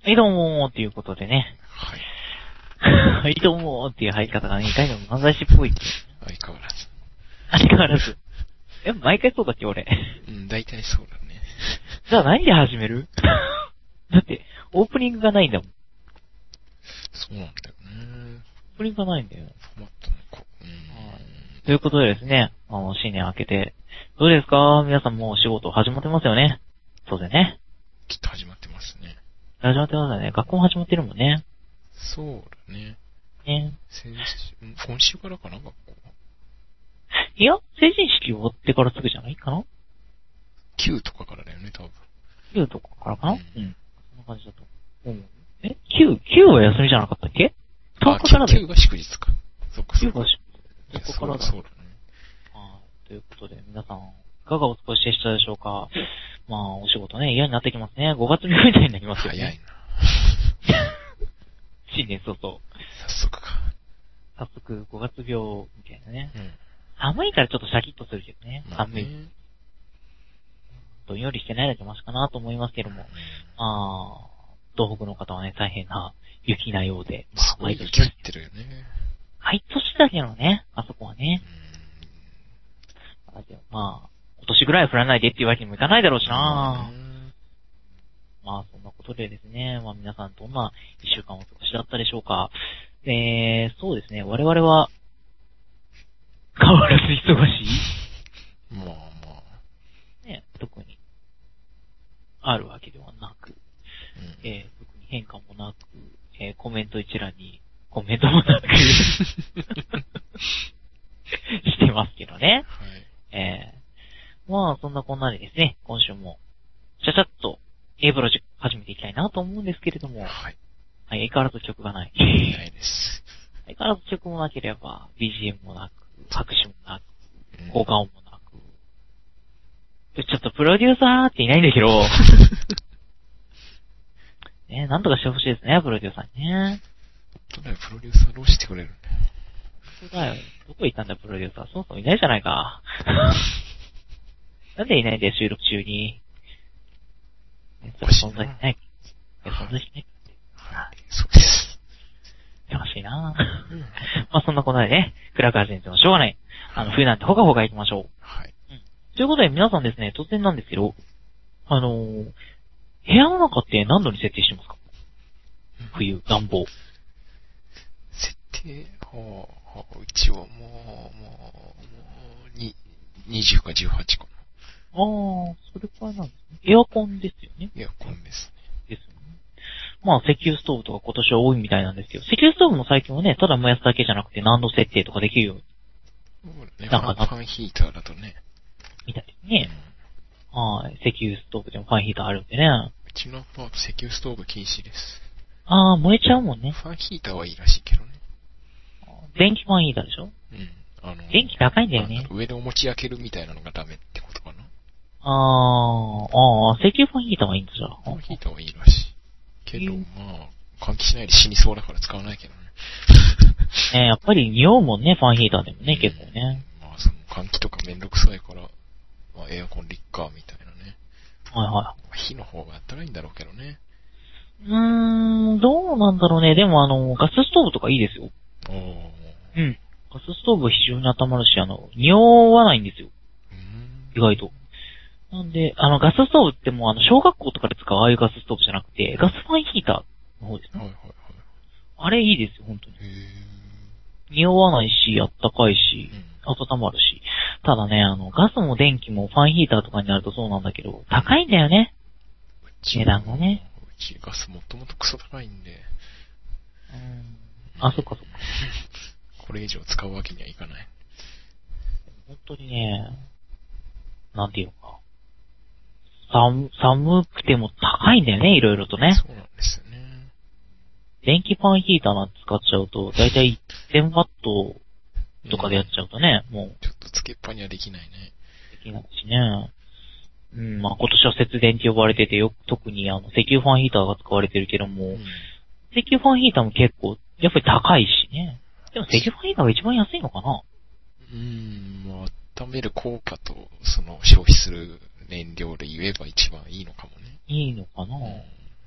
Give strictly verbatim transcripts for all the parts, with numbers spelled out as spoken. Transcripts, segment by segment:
はいどうもーっていうことでね。 はい。 はいどうもーっていう入り方がね、いかにも漫才師っぽいって。 相変わらず。 相変わらず。え、毎回そうだっけ俺。 うん、大体そうだね。 じゃあ何で始めるだって、オープニングがないんだもん。 そうなんだよね。 オープニングがないんだよ。 困ったね、こう。うん。 ということでですね、あの、新年明けて、どうですか皆さんもうお仕事始まってますよね。そうだよね。 きっと始まってますね。 始まってますよね。学校も始まってるもんね。 そうだね。 ね。 先週、ん今週からかな、学校。 いや、成人式終わってからすぐじゃないかなきゅうとかからだよね、多分。 きゅうとかからかな、 ううん、うん。そんな感じだと。うん。え ?きゅう、きゅうは休みじゃなかったっけ ?とお 日からだよ。 きゅうが祝日か。そっかそっか。 きゅうが祝日。そこからだ。 そうだね。 はい。ということで、皆さん、いかがお過ごしでしたでしょうか。まあ、お仕事ね、嫌になってきますね。ごがつ病みたいになりますよね。 早いな。 新年早々。 早速か。 早速、ごがつ病みたいなね。 うん。 寒いからちょっとシャキッとするけどね。 まあね、 寒い。どんよりしてないだけマシかなと思いますけども。ああ、東北の方はね、大変な雪なようで。 まあ、すごい雪降ってるよね。 毎年だけどね、あそこはね。うん、まあ、今年ぐらい降らないでっていうわけにもいかないだろうしな、うん、まあ、そんなことでですね、まあ皆さんどんな一週間お過ごしだったでしょうか。えー、そうですね、我々は、変わらず忙しいまあまあ。ね、特に、あるわけではなく、うん、えー、特に変化もなく、えー、コメント一覧にコメントもなくしてますけどね。 はい。 えー、まあそんなこんなでですね、今週もちゃちゃっと A プロジェクト始めていきたいなと思うんですけれども、はい。はい、相変わらず曲がない。 ないです。 相変わらず曲もなければ ビージーエム もなく、拍手もなく、効果音もなく、ちょっとプロデューサーっていないんだけど、ね、なんとかしてほしいですね、プロデューサーにね。 本当だよ、プロデューサーどうしてくれるんだよ。 本当だよ。どこ行ったんだよ、プロデューサー。そもそもいないじゃないか。なんでいないんだよ、収録中に。ね、それ存在しない。存在しない。 はい、そうです。 やましいなぁ。うん、まあそんなことでね、クラッカー先生のしょうがない。あの、冬なんてほかほか行きましょう。 はい。 うん。ということで皆さんですね、突然なんですけど、あのー、部屋の中って何度に設定してますか？冬、暖房。 設定、はあ、はあ、うちはもう、もう、もう、に、にじゅうかじゅうはちかな。 あー、それくらいなんですね。エアコンですよね。 エアコンですね。ですよね。まあ、石油ストーブとか今年は多いみたいなんですけど、石油ストーブも最近はね、ただ燃やすだけじゃなくて何度設定とかできるように。 そうね、なんかファンヒーターだとね。 みたいですね。うん、はい。石油ストーブでもファンヒーターあるんでね。 うちのアパート石油ストーブ禁止です。 ああ、燃えちゃうもんね。 ファンヒーターはいいらしいけどね。 電気ファンヒーターでしょ？ うん。あの、 電気高いんだよね。 上でお餅焼けるみたいなのがダメってことかな。 ああ、ああ、石油ファンヒーターはいいんだじゃあ。 ファンヒーターはいいらしい。けど、まあ、換気しないで死にそうだから使わないけどね。 ねやっぱり匂うもんね、ファンヒーターでもね、結構ね。 まあ、その換気とかめんどくさいから、まあ、エアコンリッカーみたいなね。 はいはい。 火の方がやったらいいんだろうけどね。 うーん、どうなんだろうね。でもあの、ガスストーブとかいいですよ。 おー。 うん。ガスストーブは非常に温まるし、あの、匂わないんですよ。意外と。なんで、あの、ガスストーブってもうあの、小学校とかで使うああいうガスストーブじゃなくて、ガスファンヒーターの方ですね。はいはいはい。あれいいですよ、本当に。匂わないし、あったかいし、温まるし。ただね、あの、ガスも電気もファンヒーターとかになるとそうなんだけど、高いんだよね。値段がね。 うちガスもともとクソ高いんで。 うん。あ、そっかそっか。 これ以上使うわけにはいかない。 本当にね、なんていうか。寒、寒くても高いんだよね、いろいろとね。 そうなんですよね。 電気ファンヒーターなんて使っちゃうと、だいたいせんワットとかでやっちゃうとね、うん、もう。 ちょっとつけっぱにはできないね。 できないしね。うん、まあ今年は節電って呼ばれててよ、特にあの、石油ファンヒーターが使われてるけども、うん、石油ファンヒーターも結構、やっぱり高いしね。でも石油ファンヒーターが一番安いのかな？ うーん、まあ、温める効果と、その、消費する燃料で言えば一番いいのかもね。 いいのかな、うん、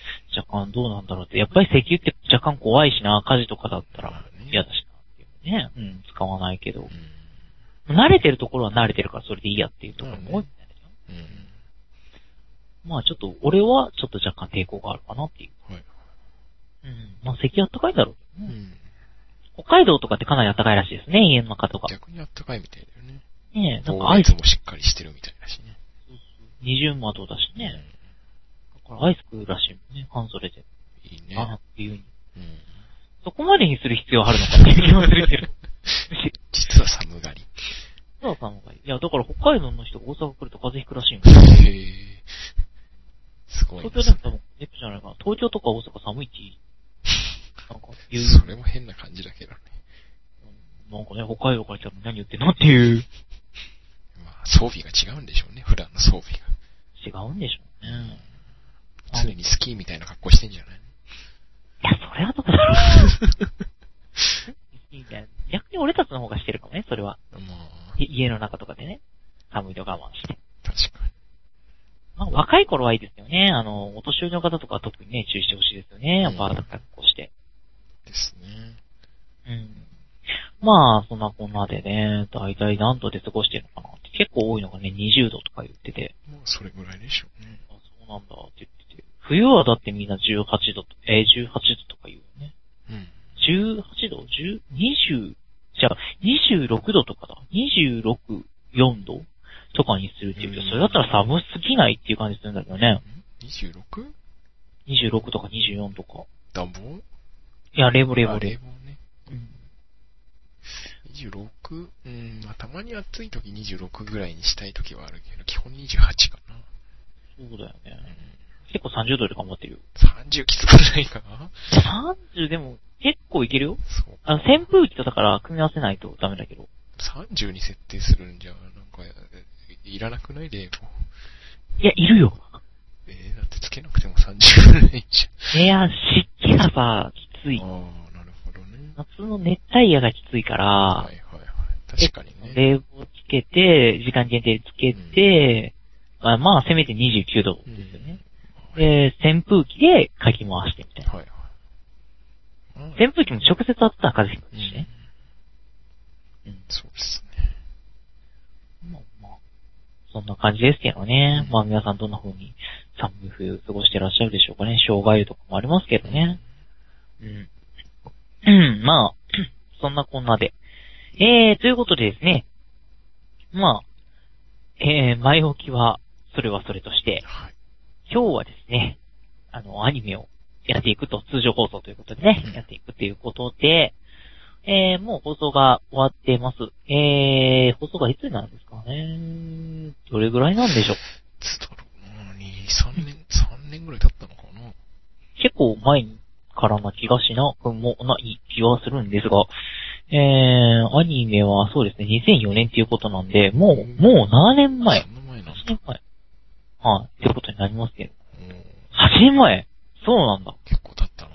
若干どうなんだろうって。やっぱり石油って若干怖いしな、火事とかだったら嫌だしなっていうね。うん、使わないけど。うん、慣れてるところは慣れてるからそれでいいやっていうところも多いみたいな、ね。うん。まあちょっと、俺はちょっと若干抵抗があるかなっていう。はい。うん。まあ石油あったかいんだろう、ね。うん。北海道とかってかなりあったかいらしいですね、家の中とか。 逆にあったかいみたいだよね。 ねえ、 なんかアイスもしっかりしてるみたいだしね。 そうそう。二重窓だしね。うん、だからアイス食うらしいもんね、半袖で。 いいね。 ああっていうに。うん。そこまでにする必要あるのかっていう気もするけど。 実は寒がり。 実は寒がり。いや、だから北海道の人が大阪来ると風邪ひくらしいもん。へぇー。すごい、ね。 東京でも多分、ネックじゃないかな。東京とか大阪寒いってなんか言う。それも変な感じだけどね。 なんかね、北海道から来たのに何言ってんのっていう。 まあ、装備が違うんでしょうね、普段の装備が。 違うんでしょうね。 常にスキーみたいな格好してんじゃない？ いや、それはどうだろう。スキーみたいな。逆に俺たちの方がしてるかもね、それは。まあ、家の中とかでね。寒いと我慢して。 確かに。 まあ、若い頃はいいですよね。あの、お年寄りの方とかは特にね、注意してほしいですよね。やっぱ、暖かくこうして。 ですね。 うん。まあ、そんなこんなでね、だいたい何度で過ごしてるのかなって。結構多いのがね、にじゅうどとか言ってて。 まあ、それぐらいでしょうね。 あ、そうなんだって言ってて。冬はだってみんなじゅうはちどと、えー、じゅうはちどとか言うよね。うん。じゅうはちど ?じゅう、にじゅう、じゃあ、にじゅうろくどとかだ。にじゅうろく、よんどとかにするっていうけど、それだったら寒すぎないっていう感じするんだけどね。 にじゅうろく? にじゅうろくとかにじゅうよんとか。 暖房？ いや、冷房冷房冷房ね。うん。にじゅうろく? うん、まあ、たまに暑い時にじゅうろくぐらいにしたい時はあるけど、基本にじゅうはちかな。 そうだよね。うん、結構さんじゅうどで頑張ってるよ。 さんじゅうきつくないかな？ さんじゅう でも結構いけるよ。そう。あの、扇風機とだから組み合わせないとダメだけど。 さんじゅうに設定するんじゃ、なんか、いらなくない冷房。 いや、いるよ。 えー、だってつけなくてもさんじゅうぐらいじゃん。 いや、湿気がさ、きつい。 ああ、なるほどね。 夏の熱帯夜がきついから、 はいはいはい。確かにね。 冷房つけて、時間限定つけて、うん、あまあ、せめてにじゅうきゅうどですよね。うん、で、扇風機でかき回してみたいな。はいはい。扇風機も直接当たったら風邪ひくしね。 うん。うん、そうですね。 まあまあ、そんな感じですけどね。うん、まあ皆さんどんな風に寒い冬過ごしてらっしゃるでしょうかね。生姜湯とかもありますけどね。うん。うん、まあ、そんなこんなで。えー、ということでですね。まあ、えー、前置きは、それはそれとして、はい、今日はですね、あの、アニメをやっていくと、通常放送ということでね、うん、やっていくということで、えー、もう放送が終わってます。えー、放送がいつなんですかね。どれぐらいなんでしょう。 つだろうな、に、さんねん、さんねんぐらい経ったのかな。 結構前からな気がしなくもない気はするんですが、えー、アニメはそうですね、にせんよねんっていうことなんで、もう、もうななねんまえ。 そんな前なんだ。 はちねんまえ。はい、ってことになりますけど。はちねんまえそうなんだ。 結構経ったな。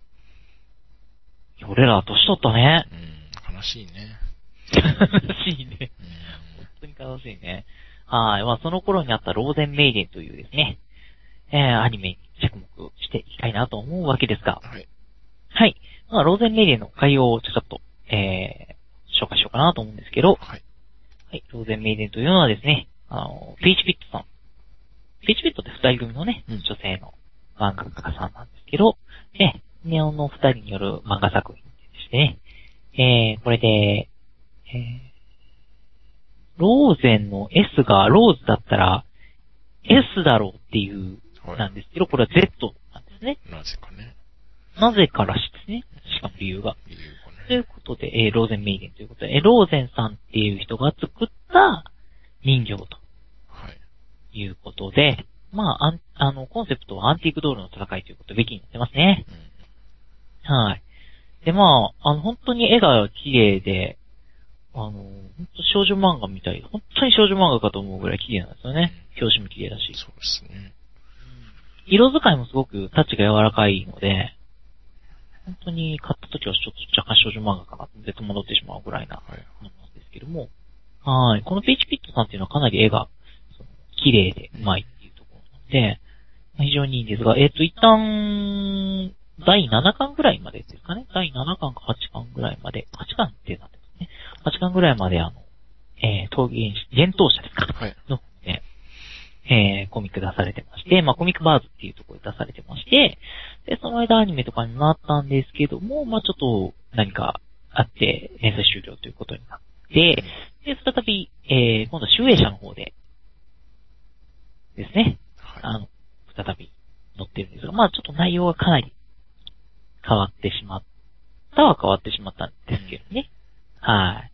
俺ら年取ったね。 うん、悲しいね。 悲しいね。本当に悲しいね。はい。まあ、その頃にあったローゼンメイデンというですね、えー、アニメに着目していきたいなと思うわけですが。はい。はい。まあ、ローゼンメイデンの概要をちょっと、えー、紹介しようかなと思うんですけど。はい。はい。ローゼンメイデンというのはですね、あの、ピーチピットさん。ピーチピットって二人組のね、うん、女性の漫画家さんなんですけど、ね、ネオンの二人による漫画作品でしてね、えー、これで、えー、ローゼンの S がローズだったら S だろうっていうなんですけど、これは Z なんですね。 なぜかね。 なぜからしですね。しかも理由が。理由がね。ということで、えー、ローゼンメイデンということで、えー、ローゼンさんっていう人が作った人形と。はい。いうことで、まあ、あん、あの、コンセプトはアンティークドールの戦いということで、ウィキになってますね。うん、はい。で、まあ、あの、本当に絵が綺麗で、あの、本当少女漫画みたい。本当に少女漫画かと思うぐらい綺麗なんですよね。うん、表紙も綺麗だし。 そうですね。 色使いもすごくタッチが柔らかいので、本当に買った時はちょっと若干少女漫画かなって戸惑ってしまうぐらいなものなんですけども、はい。このピーチピットさんっていうのはかなり絵が綺麗で上手いっていうところなので、 非常にいいんですが、えっと、一旦、だいななかんぐらいまでですかね。だいななかんかはちかんぐらいまで、はちかんってなってますね。はちかんぐらいまであの、えー、闘技幻冬者ですか、 はい。 の、ね、えー、コミック出されてまして、まあ、コミックバーズっていうところで出されてまして、で、その間アニメとかになったんですけども、まあ、ちょっと何かあって、連載終了ということになって、で、再び、えー、今度は集英社の方で、ですね。 はい。 あの、再び載ってるんですが、まあ、ちょっと内容がかなり変わってしまったは変わってしまったんですけどね。はい。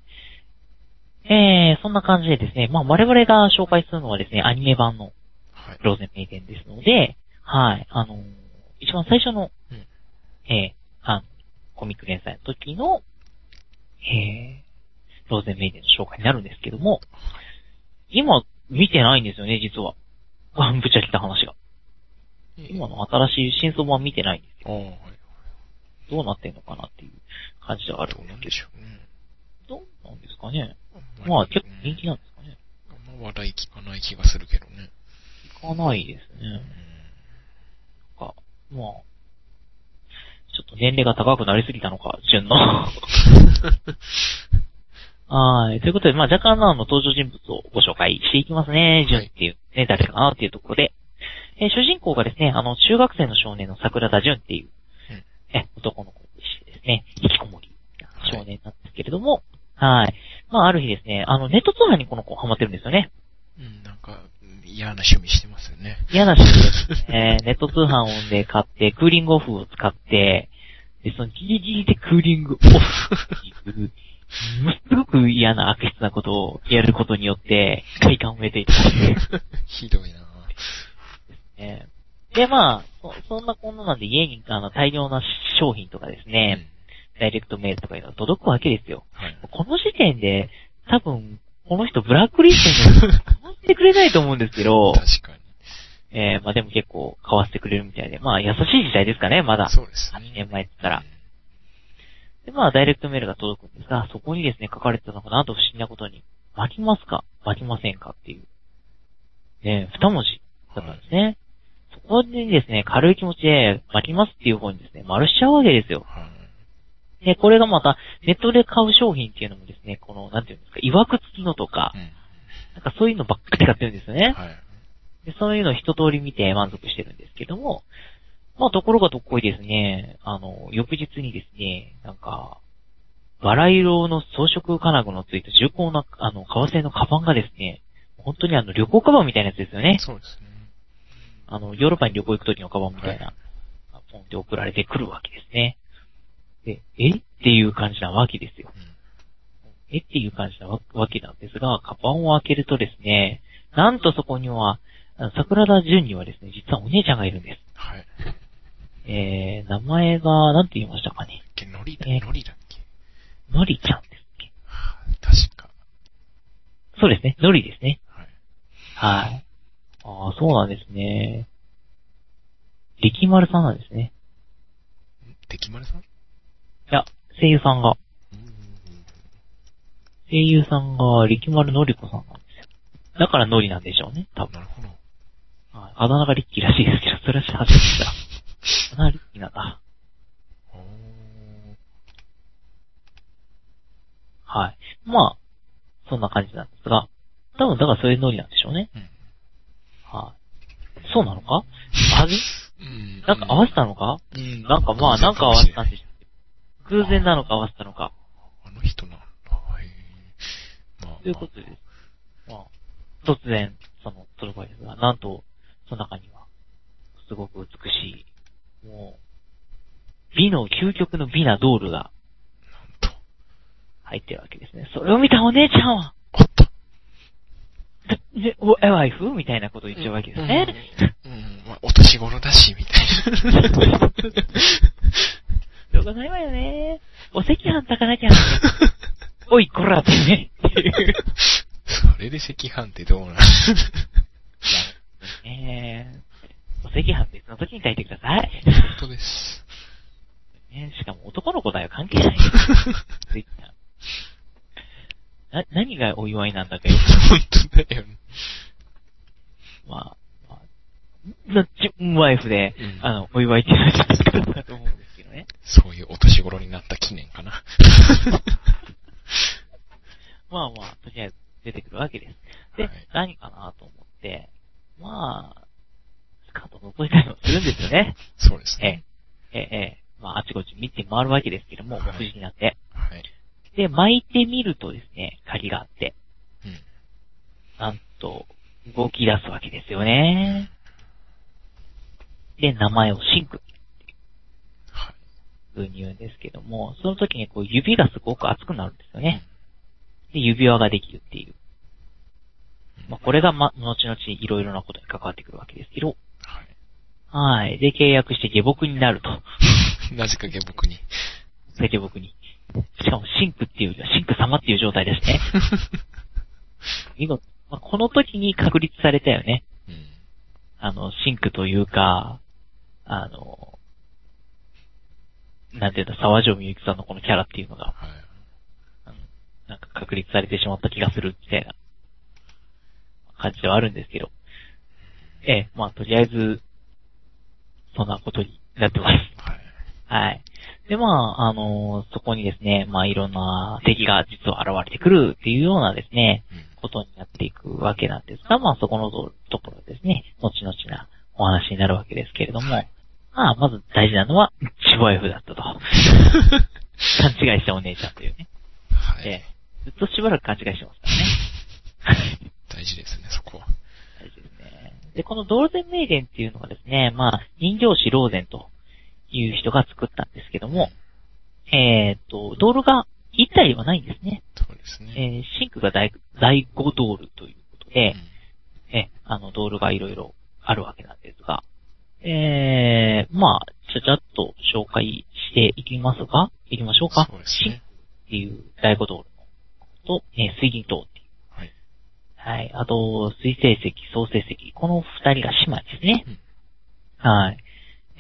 えー、そんな感じでですね、まあ我々が紹介するのはですね、アニメ版のローゼンメイデンですので、はい、あのー、一番最初の、 うん、 えー、あの、コミック連載の時の、えー、ローゼンメイデンの紹介になるんですけども、今見てないんですよね、実は。ぶっちゃけた話が。今の新しい新装版見てないんですよ。 はい、 どうなってんのかなっていう感じではあるどうなんでしょうね。 どうなんですかね。まあ結構人気なんですかね。 あんま話題聞かない気がするけどね。 聞かないですね。なんか、まあ、ちょっと年齢が高くなりすぎたのか、順の。はい。ということで、まあ若干の登場人物をご紹介していきますね。順っていうね、誰かなっていうところで。えー、主人公がですね、あの、中学生の少年の桜田淳っていう、うん、え、男の子でしてですね、引きこもり少年なんですけれども、はい。はい。まあ、ある日ですね、あの、ネット通販にこの子ハマってるんですよね。 うん、なんか、嫌な趣味してますよね。 嫌な趣味ですね。ネット通販をで買って、クーリングオフを使って、で、そのギリギリでクーリングオフっていう、すごく嫌な悪質なことをやることによって、快感を得ていた。 ひどいなぁ。 ね、で、まあそ、そんなこんななんで家にあの大量な商品とかですね、うん、ダイレクトメールとかいうのが届くわけですよ。はい、この時点で、多分、この人ブラックリストに買わせてくれないと思うんですけど、 確かに。 えー、まあでも結構買わせてくれるみたいで、まあ優しい時代ですかね、まだ。 そうですね。 はちねんまえって言ったら。で、まあダイレクトメールが届くんですが、そこにですね、書かれてたのがなんと不思議なことに、巻きますか巻きませんかっていう。ね、二文字だったんですね。はい、そこでですね、軽い気持ちで巻きますっていう方にですね、丸しちゃうわけですよ。で、これがまた、ネットで買う商品っていうのもですね、この、なんていうんですか、曰く付きのとか、うん、なんかそういうのばっかり買ってるんですよね。はい、で、そういうのを一通り見て満足してるんですけども、まあ、ところがどっこいですね、あの、翌日にですね、なんか、バラ色の装飾金具のついた重厚な、あの、革製のカバンがですね、本当にあの、旅行カバンみたいなやつですよね。 そうですね。 あの、ヨーロッパに旅行行くときのカバンみたいな、はい、ポンって送られてくるわけですね。で、えっていう感じなわけですよ。うん、えっていう感じなわけなんですが、カバンを開けるとですね、なんとそこには、桜田淳にはですね、実はお姉ちゃんがいるんです。 はい。 えー、名前が、なんて言いましたかね。 のりだ、えー、のりだっけのりちゃんですっけ、 はあ、確か。 そうですね、のりですね。 はい。 はい。ああ、そうなんですね。力丸さんなんですね。 力丸さん？いや、声優さんが。声優さんが力丸のりこさんなんですよ。だからのりなんでしょうね、多分。 なるほど。 はい。あだ名がリッキーらしいですけど、それは初めて知った。あだ名リッキーなんだ。はい。まあ、そんな感じなんですが、多分だからそういうノリなんでしょうね。うん、はい。そうなのかあれ、うん、なんか合わせたのか、うん、なんかまあ、なんか合わせたんでしょう。偶然なのか合わせたのか。 あの人なんだ。はい。 まあ、ということで、まあ、突然、その、トルバイですが、なんと、その中には、すごく美しい、もう、美の、究極の美なドールが、入ってるわけですね。それを見たお姉ちゃんは、 おっと。 で、お、え、ワイフみたいなこと言っちゃうわけですね。 うん、うん、うん、まあ、お年頃だし、みたいな。 しょうがないわよね。お赤飯炊かなきゃ。おい、こらってね。 それで赤飯ってどうなんいや、 ねえ。お赤飯別の時に炊いてください。 本当です。 ね、しかも男の子だよ、関係ないよ。な、何がお祝いなんだかよ。 本当だよね。 まあ、まあ、 のチンワイフで、うん、あの、お祝いっていうのはちょっと作ったかと思うんですけどね。 そういうお年頃になった記念かな。 まあまあ、とりあえず出てくるわけです。で、はい、何かなと思って、まあ、スカート覗いたりもするんですよね。 そうですね。 ええ、ええ、まあ、あちこち見て回るわけですけども、はい、無事になって。 はい。 で、巻いてみるとですね、鍵があって、 うん、 なんと、動き出すわけですよね。で、名前をシンクっていう風に言うんですけども、その時にこう指がすごく熱くなるんですよね。で、指輪ができるっていう。まあ、これがま、後々いろいろなことに関わってくるわけですけど、はい。はい。で、契約して下僕になると。 なぜか下僕に。 下僕に。しかもシンクっていうよりはシンク様っていう状態ですね。見事。まあ、この時に確立されたよね。 うん、 あの、シンクというか、あの、なんていうんだ、沢城みゆきさんのこのキャラっていうのが、はい、あのなんか確立されてしまった気がするみたいな感じではあるんですけど、ええ、まあとりあえず、そんなことになってます。 はい。 はい。で、まあ、あのー、そこにですね、まあいろんな敵が実は現れてくるっていうようなですね、うん、ことになっていくわけなんですが、まあそこのところですね、後々なお話になるわけですけれども、はい、まあまず大事なのは、チワイフだったと。勘違いしたお姉ちゃんというね。 はい。 えー、ずっとしばらく勘違いしてますからね。 大事ですね、そこは。 大事ですね。で、このドールゼンメイデンっていうのがですね、まあ、人形師ローゼンという人が作ったんですけども、うん、えっと、ドールが一体はないんですね。 そうですね。 えー、シンクが第五ドールということで、うん、え、あの、ドールがいろいろあるわけなんですが、えー、まあ、ちゃちゃっと紹介していきますが、いきましょうか。 そうですね。 シンクっていう第五ドールのと、えー、水銀灯っていう。 はい。 はい。あと、水星石、創星石。この二人が姉妹ですね。 うん、 はい。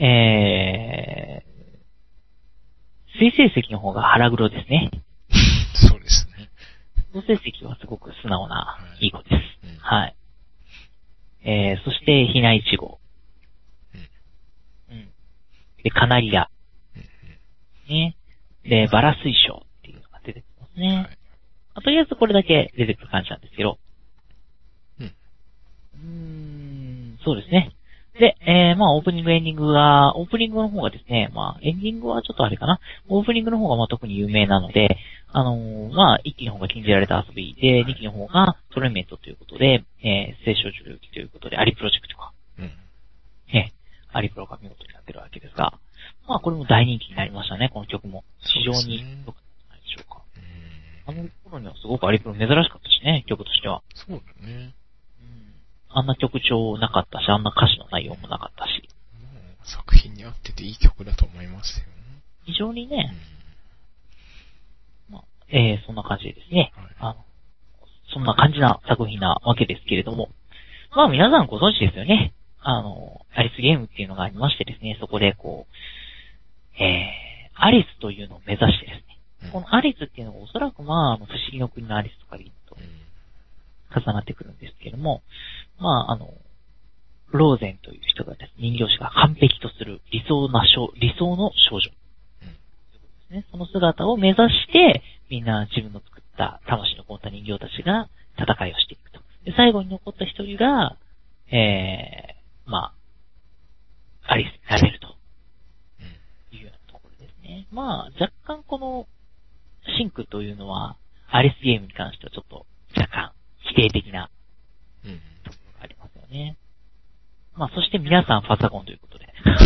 えー、水星石の方が腹黒ですね。 そうですね。 創星石はすごく素直な、はい、いい子です。 うん、 はい。えー、そして、ひないちご。うん。うん。で、カナリア。うん、ね。で、バラ水晶っていうのが出てきますね。はい。あ、とりあえずこれだけ出てくる感じなんですけど。 うん。 うーん、そうですね。で、えー、まあ、オープニング、エンディングが、オープニングの方がですね、まあ、エンディングはちょっとあれかな。オープニングの方がまあ特に有名なので、あのー、まあ、いっきの方が禁じられた遊びで、にきの方がトレメントということで、えー、聖書重機ということで、アリプロジェクトか。 うん。 えー、アリプロが見事になってるわけですが、まあ、これも大人気になりましたね、この曲も。非常に良かったんじゃないでしょうか。あの頃にはすごくアリプロ珍しかったしね、曲としては。 そうだね。 あんな曲調なかったし、あんな歌詞の内容もなかったし。 作品に合ってていい曲だと思いますよね。 非常にね、うん、まあ、えー、そんな感じでですね、はい、あの、そんな感じな作品なわけですけれども、まあ皆さんご存知ですよね。あの、アリスゲームっていうのがありましてですね、そこでこう、えー、アリスというのを目指してですね、うん、このアリスっていうのがおそらくまあ、不思議の国のアリスとかで言うと、重なってくるんですけれども、まあ、あの、ローゼンという人がですね、人形師が完璧とする理想な少、理想の少女。うん。ですね。その姿を目指して、みんな自分の作った魂のこもった人形たちが戦いをしていくと。で、最後に残った一人が、えー、まあ、アリスになれると。いうようなところですね。まあ、若干この、シンクというのは、アリスゲームに関してはちょっと、若干、否定的な、うん。ところがありますよね。まあ、そして皆さんファザコンということで。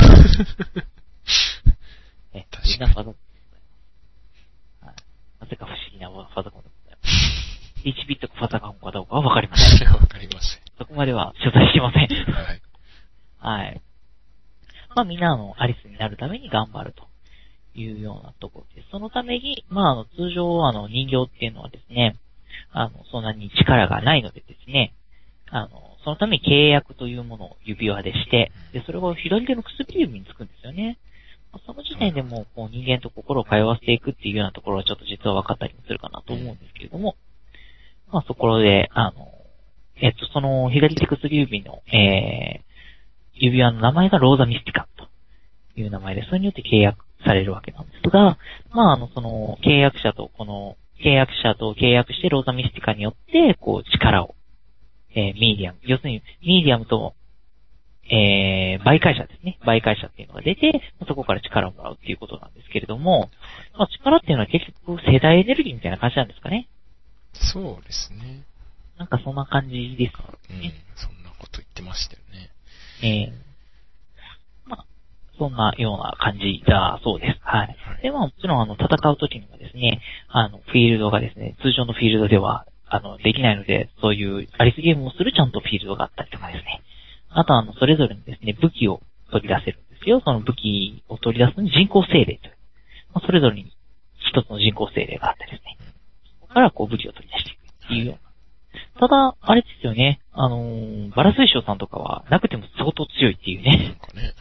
え、みんなファザコンでございます。はい。なぜか不思議なファザコンでございます。いちビットファザコンかどうかはわかりません。 わかりません。 そこまでは取材しません。 はい。 はい。まあ、みんなのアリスになるために頑張るというようなところです。そのために、まあ、あの、通常、あの、人形っていうのはですね、あの、そんなに力がないのでですね、あの、そのために契約というものを指輪でして、で、それが左手の薬指につくんですよね。その時点でもう、こう人間と心を通わせていくっていうようなところはちょっと実は分かったりもするかなと思うんですけれども、まあそこで、あの、えっと、その左手薬指の、え指輪の名前がローザミスティカという名前で、それによって契約されるわけなんですが、まあ、あの、その、契約者と、この、契約者と契約してローザミスティカによって、こう、力を、えー、ミーディアム、要するに、ミーディアムと、えー、媒介者ですね。媒介者っていうのが出て、そこから力をもらうっていうことなんですけれども、まあ、力っていうのは結局、生体エネルギーみたいな感じなんですかね。 そうですね。 なんかそんな感じですかね。うん、そんなこと言ってましたよね。 えー、まあ、そんなような感じだそうです。はい。はい、で、まあもちろんあの、戦う時にはですね、あの、フィールドがですね、通常のフィールドでは、あの、できないので、そういうアリスゲームをするちゃんとフィールドがあったりとかですね。あとはあの、それぞれにですね、武器を取り出せるんですよ。その武器を取り出すのに人工精霊という。まあ、それぞれに一つの人工精霊があってですね。そこからこう武器を取り出していくっていうような。ただ、あれですよね。あのー、バラ水晶さんとかはなくても相当強いっていうね。 なんかね。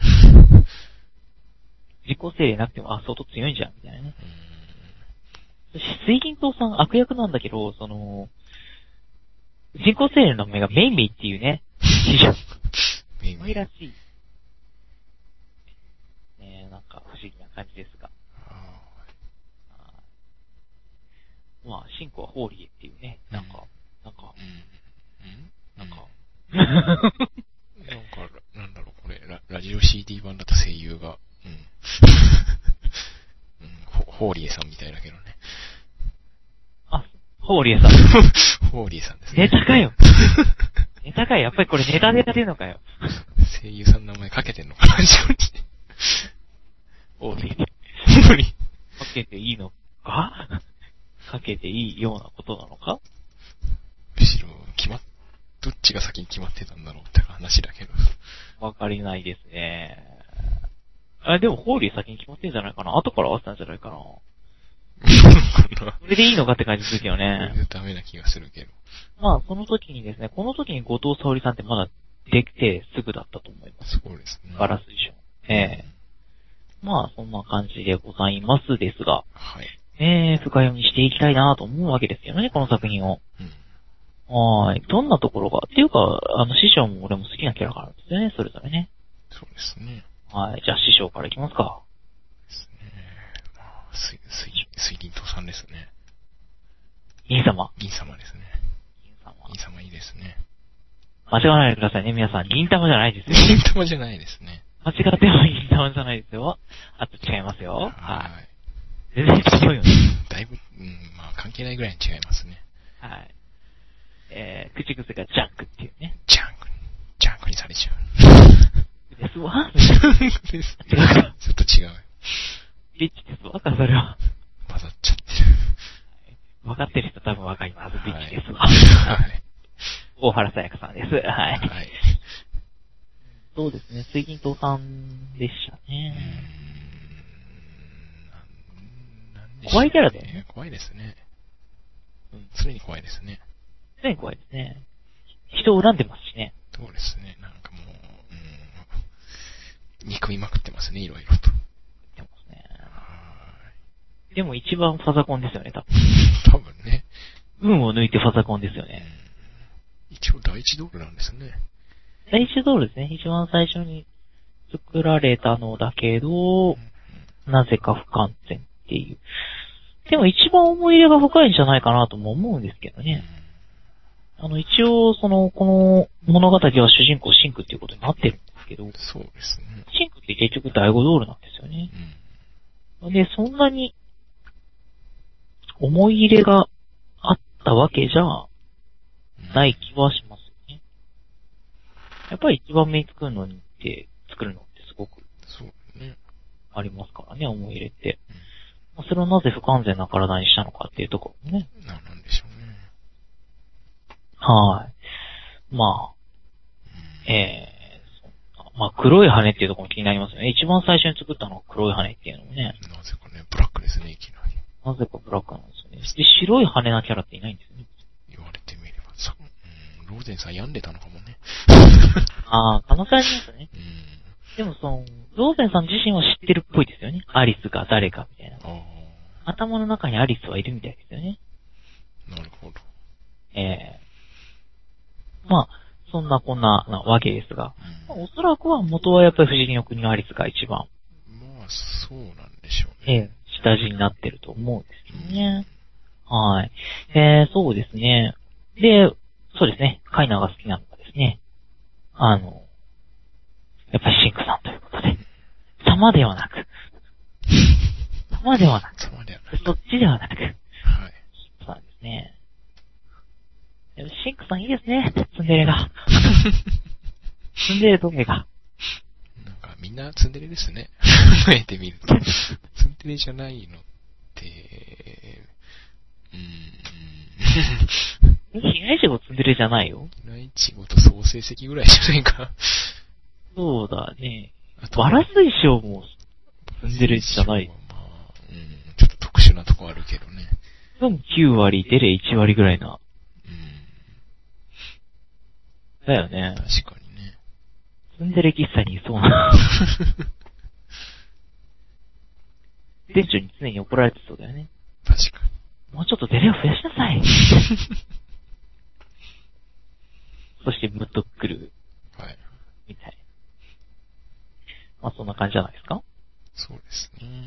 人工精霊なくても、あ、相当強いんじゃん、みたいなね。そして水銀刀さん悪役なんだけど、その、人工精霊の名前がメイメイっていうね。非常に。メイメイらしい。ねえ、なんか不思議な感じですが。まあ、シンクはホーリエっていうね。なんか、なんか、 うん。 なんか、 なんか、なんだろう、これ、ラ, ラジオ シーディー 版だった声優が、うん。うん、ホーリエさんみたいだけどね。 あ、ホーリエさん。 ホーリエさんですね。 ネタかよ。ネタかよ。やっぱりこれネタでやってんのかよ。 声優さんの名前かけてんのかな、自分に。 ホーリエ。 ホーリエ。 かけていいのかかけていいようなことなのかむしろ、決まっ、どっちが先に決まってたんだろうって話だけど。 わかりないですね。あ、でも、ホーリー先に決まってんじゃないかな。後から合わせたんじゃないかな。それでいいのかって感じするけどね。 それでダメな気がするけど。 まあ、その時にですね、この時に後藤沙織さんってまだできてすぐだったと思います。 そうですね。 ガラス衣装。ええー。まあ、そんな感じでございますですが。 はい。 えー、深読みしていきたいなと思うわけですよね、この作品を。うん。はい。どんなところが、っていうか、あの、師匠も俺も好きなキャラがあるんですよね、それぞれね。 そうですね。 はい。じゃあ師匠からいきますか。 ですね。まあ、水、水、水銀刀さんですね。 銀様。 銀様ですね。 銀様。 銀様いいですね。 間違わないでくださいね、皆さん。銀玉じゃないですよ。 銀玉じゃないですね。 間違っても銀玉じゃないですよ。あと違いますよ。 はい。 全然違うよね。 だいぶ、うん、まあ関係ないぐらいに違いますね。 はい。えー、口癖がジャンクっていうね。 ジャンク、ジャンクにされちゃう。 ですわ。 です。違う。ちょっと違う。 リッチですわか、それは。 混ざっちゃってる。 分かってる人多分分かります。リッチですわ。 はい。 大原さやかさんです。はい。はい。そうですね、水銀刀さんでしたね。うーん。怖いキャラだよね。 怖いですね。 うん。 常に怖いですね。 常に怖いですね。人を恨んでますしね。 そうですね。なんかもう、うん。憎みまくってますね、いろいろと。 言ってますね。でも一番ファザコンですよね、多分。 多分ね。 運を抜いてファザコンですよね。 うん、一応第一ドールなんですね。 第一ドールですね。一番最初に作られたのだけど、うんうん、なぜか不完全っていう。でも一番思い入れが深いんじゃないかなとも思うんですけどね。うん、あの、一応、その、この物語は主人公シンクっていうことになってるんですけど。 そうですね。 シンクって結局第五ドールなんですよね。うん、で、そんなに思い入れがあったわけじゃない気はしますよね。やっぱり一番目に作るのにって、作るのってすごくそうね。 ありますからね、思い入れって。うん、それをなぜ不完全な体にしたのかっていうところもね。 なんなんでしょうね。 はい。まあ、うん、えー、そんなまあ黒い羽っていうところも気になりますよね。一番最初に作ったのは黒い羽っていうのもね。 なぜかね、ブラックですね、いきなり。 なぜかブラックなんですよね。で、白い羽なキャラっていないんですよね。 言われてみれば、さ、うん、ローゼンさん病んでたのかもね。 ああ、可能性ありますね。 うん。 でもその、ローゼンさん自身は知ってるっぽいですよね。アリスが誰かみたいな。あ頭の中にアリスはいるみたいですよね。 なるほど。 ええー、まあ、そんなこんななわけですが、うん。 おそらくは元はやっぱり不思議の国のアリスが一番。 まあ、そうなんでしょうえね。 え、下地になってると思うんですよね。はい。えー、そうですね。で、そうですね。カイナーが好きなのがですね、あの、やっぱりシンクさんということで、様ではなく、様ではなく、 様ではなく、 そっちではなく、 はい。 そうなんですね。シンクさんいいですね、ツンデレが。ツンデレトゲが。 なんかみんなツンデレですね。考えてみると。ツンデレじゃないのって、うーん。 被害者がツンデレじゃないよ。 被害仕事総成績ぐらいじゃないか。 そうだね。 あとバラ水晶もツンデレじゃない。 まあ、うん、ちょっと特殊なとこあるけどね。 多分きゅう割、デレいち割ぐらいな。 うん。 だよね。 確かにね。 ツンデレ喫茶にいそうな。店長に常に怒られてそうだよね。 確かに。 もうちょっとデレを増やしなさい。そしてムッとくる。 はい。 みたい。まあそんな感じじゃないですか？ そうですね。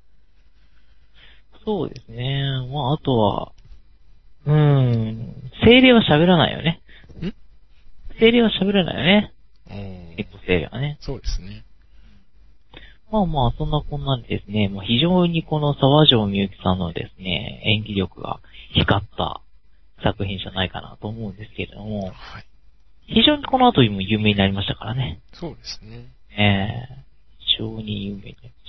そうですね。まああとは、うーん、精霊は喋らないよね。 ん？ 精霊は喋らないよね。 おー。 結構精霊はね。 そうですね。 まあまあ、そんなこんなんでですね、もう非常にこの沢城みゆきさんのですね、演技力が光った作品じゃないかなと思うんですけれども、 はい。 非常にこの後にも有名になりましたからね。 そうですね。 ええ非常に有名になりました。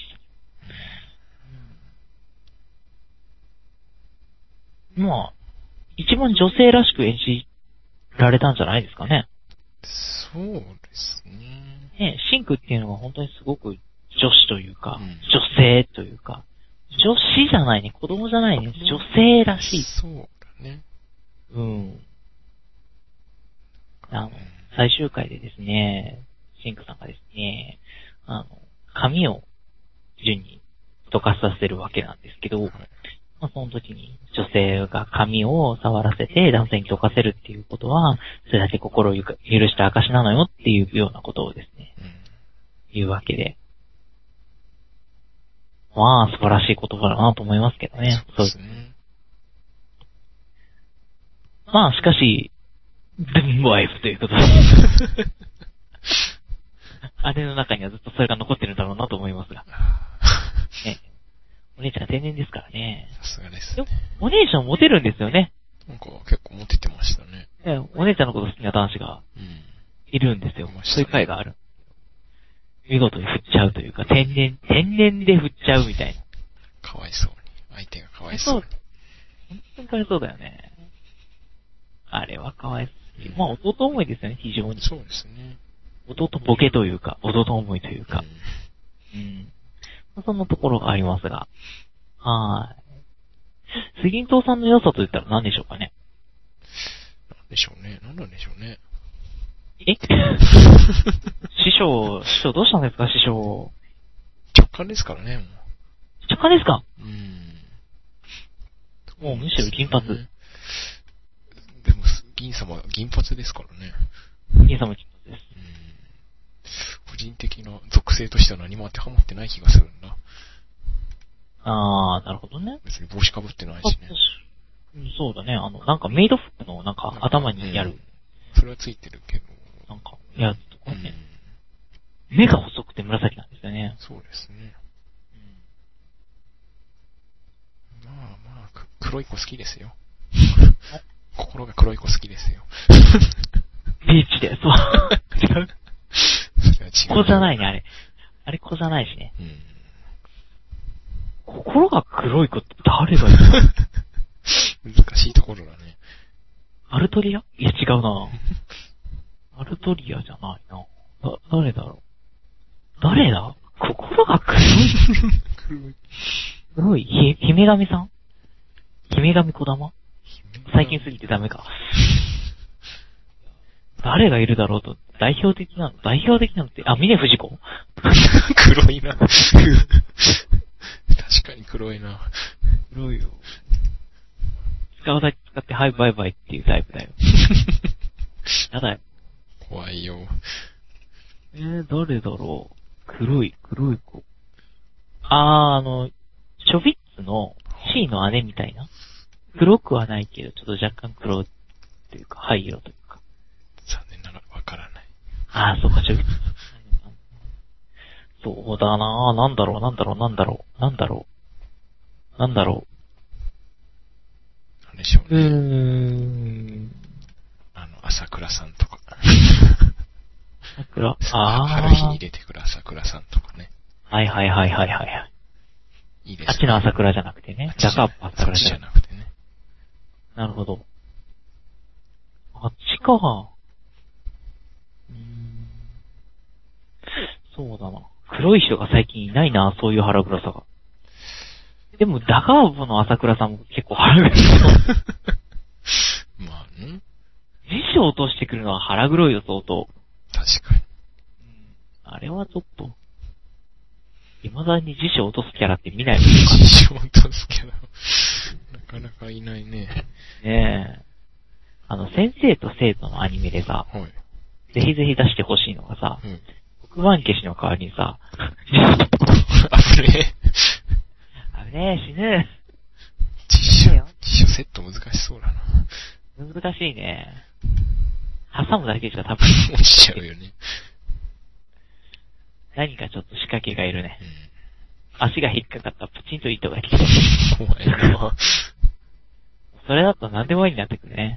まあ、一番女性らしく演じられたんじゃないですかね。 そうですね。 ね、シンクっていうのが本当にすごく女子というか、 うん、 女性というか、女子じゃないね、子供じゃないね、女性らしい。 そうだね。 うん。あの、最終回でですね、シンクさんがですね、あの、髪を順に溶かさせるわけなんですけど、はい、まあ、その時に女性が髪を触らせて男性に溶かせるっていうことは、それだけ心を許した証なのよっていうようなことをですね、うん、言うわけで。まあ、素晴らしい言葉だなと思いますけどね。 そうですね。 まあ、しかし、デンワイフということで。あれの中にはずっとそれが残ってるんだろうなと思いますが。ね、お姉ちゃん天然ですからね。 さすがですね。 お姉ちゃんモテるんですよね。 なんか結構モテてましたね。 ね、お姉ちゃんのこと好きな男子がいるんですよ。うん、そういう回がある。見事に振っちゃうというか、天然、天然で振っちゃうみたいな。 かわいそうに。相手がかわいそうに。 本当にかわいそうだよね。あれはかわいそう。うん、まあ弟思いですよね、非常に。 そうですね。 弟ボケというか、弟思いというか。うん。うん、そんなところがありますが。はい。杉藤さんの良さと言ったら何でしょうかね。 何でしょうね。何なんでしょうね。 え師匠、師匠どうしたんですか、師匠。 直感ですからね、もう。 直感ですか？ うん。 もうむしろ銀髪。 でも、銀様、銀髪ですからね。 銀様銀髪です。 うん。個人的な属性としては何も当てはまってない気がするんだ。 あー、なるほどね。 別に帽子かぶってないしね。 そうだね。あの、なんかメイド服のなんか頭にやる。うん、 それはついてるけど。 なんか、やつとかね、うん。目が細くて紫なんですよね。 そうですね。うん、まあまあ、黒い子好きですよ。心が黒い子好きですよ。 ビーチで、そう。違う。 それは違う。 子じゃないね、あれ。あれ子じゃないしね。うん、心が黒い子って誰がいるの？ 難しいところだね。 アルトリア？いや違うな。アルトリアじゃないな。だ、誰だろう。誰だ？心が黒い。 黒い。 黒い。ひ、姫神さん？姫神小玉？最近すぎてダメか。誰がいるだろうと、代表的なの代表的なのって、あ、峰不二子？ 黒いな。確かに黒いな。 黒いよ。使うだけ使って、はいバイバイっていうタイプだよ。やだよ。 怖いよ。 えー、誰だろう。黒い、黒い子。あー、あの、ショビッツの C の姉みたいな。黒くはないけど、ちょっと若干黒というか、灰色というか。 残念ながらわからない。 あー、そうか、ショビッツ。そうだなぁ、なんだろう、なんだろう、なんだろう、なんだろう。なんだろう。なんでしょうう。うね。 ーん。 あの、朝倉さんとか。 桜。あー。 春日に出てくる朝倉さんとかね。 はいはいはいはいはい。 いいですね。 あっちの朝倉じゃなくてね。ジャカップ朝倉じゃなくてね。 なるほど。あっちか。うーん。そうだな。黒い人が最近いないな、そういう腹黒さが。でも、ダカーボの朝倉さんも結構腹黒い。 まあね。 辞書落としてくるのは腹黒いよ、相当。 確かに。 あれはちょっと、未だに辞書落とすキャラって見ないのか。 辞書落とすキャラ。なかなかいないね。 ねえ。あの、先生と生徒のアニメでさ、 はい。 ぜひぜひ出してほしいのがさ、 うん。 黒板消しの代わりにさ、 あぶねえ。 あぶねえ、死ぬ。 辞書、辞書セット難しそうだな。 難しいね。挟むだけしか多分落ちちゃうよね。 何かちょっと仕掛けがいるね。 うん。 足が引っかかったプチンと糸が来て。 怖いな。 それだと何でもいいになってくるね。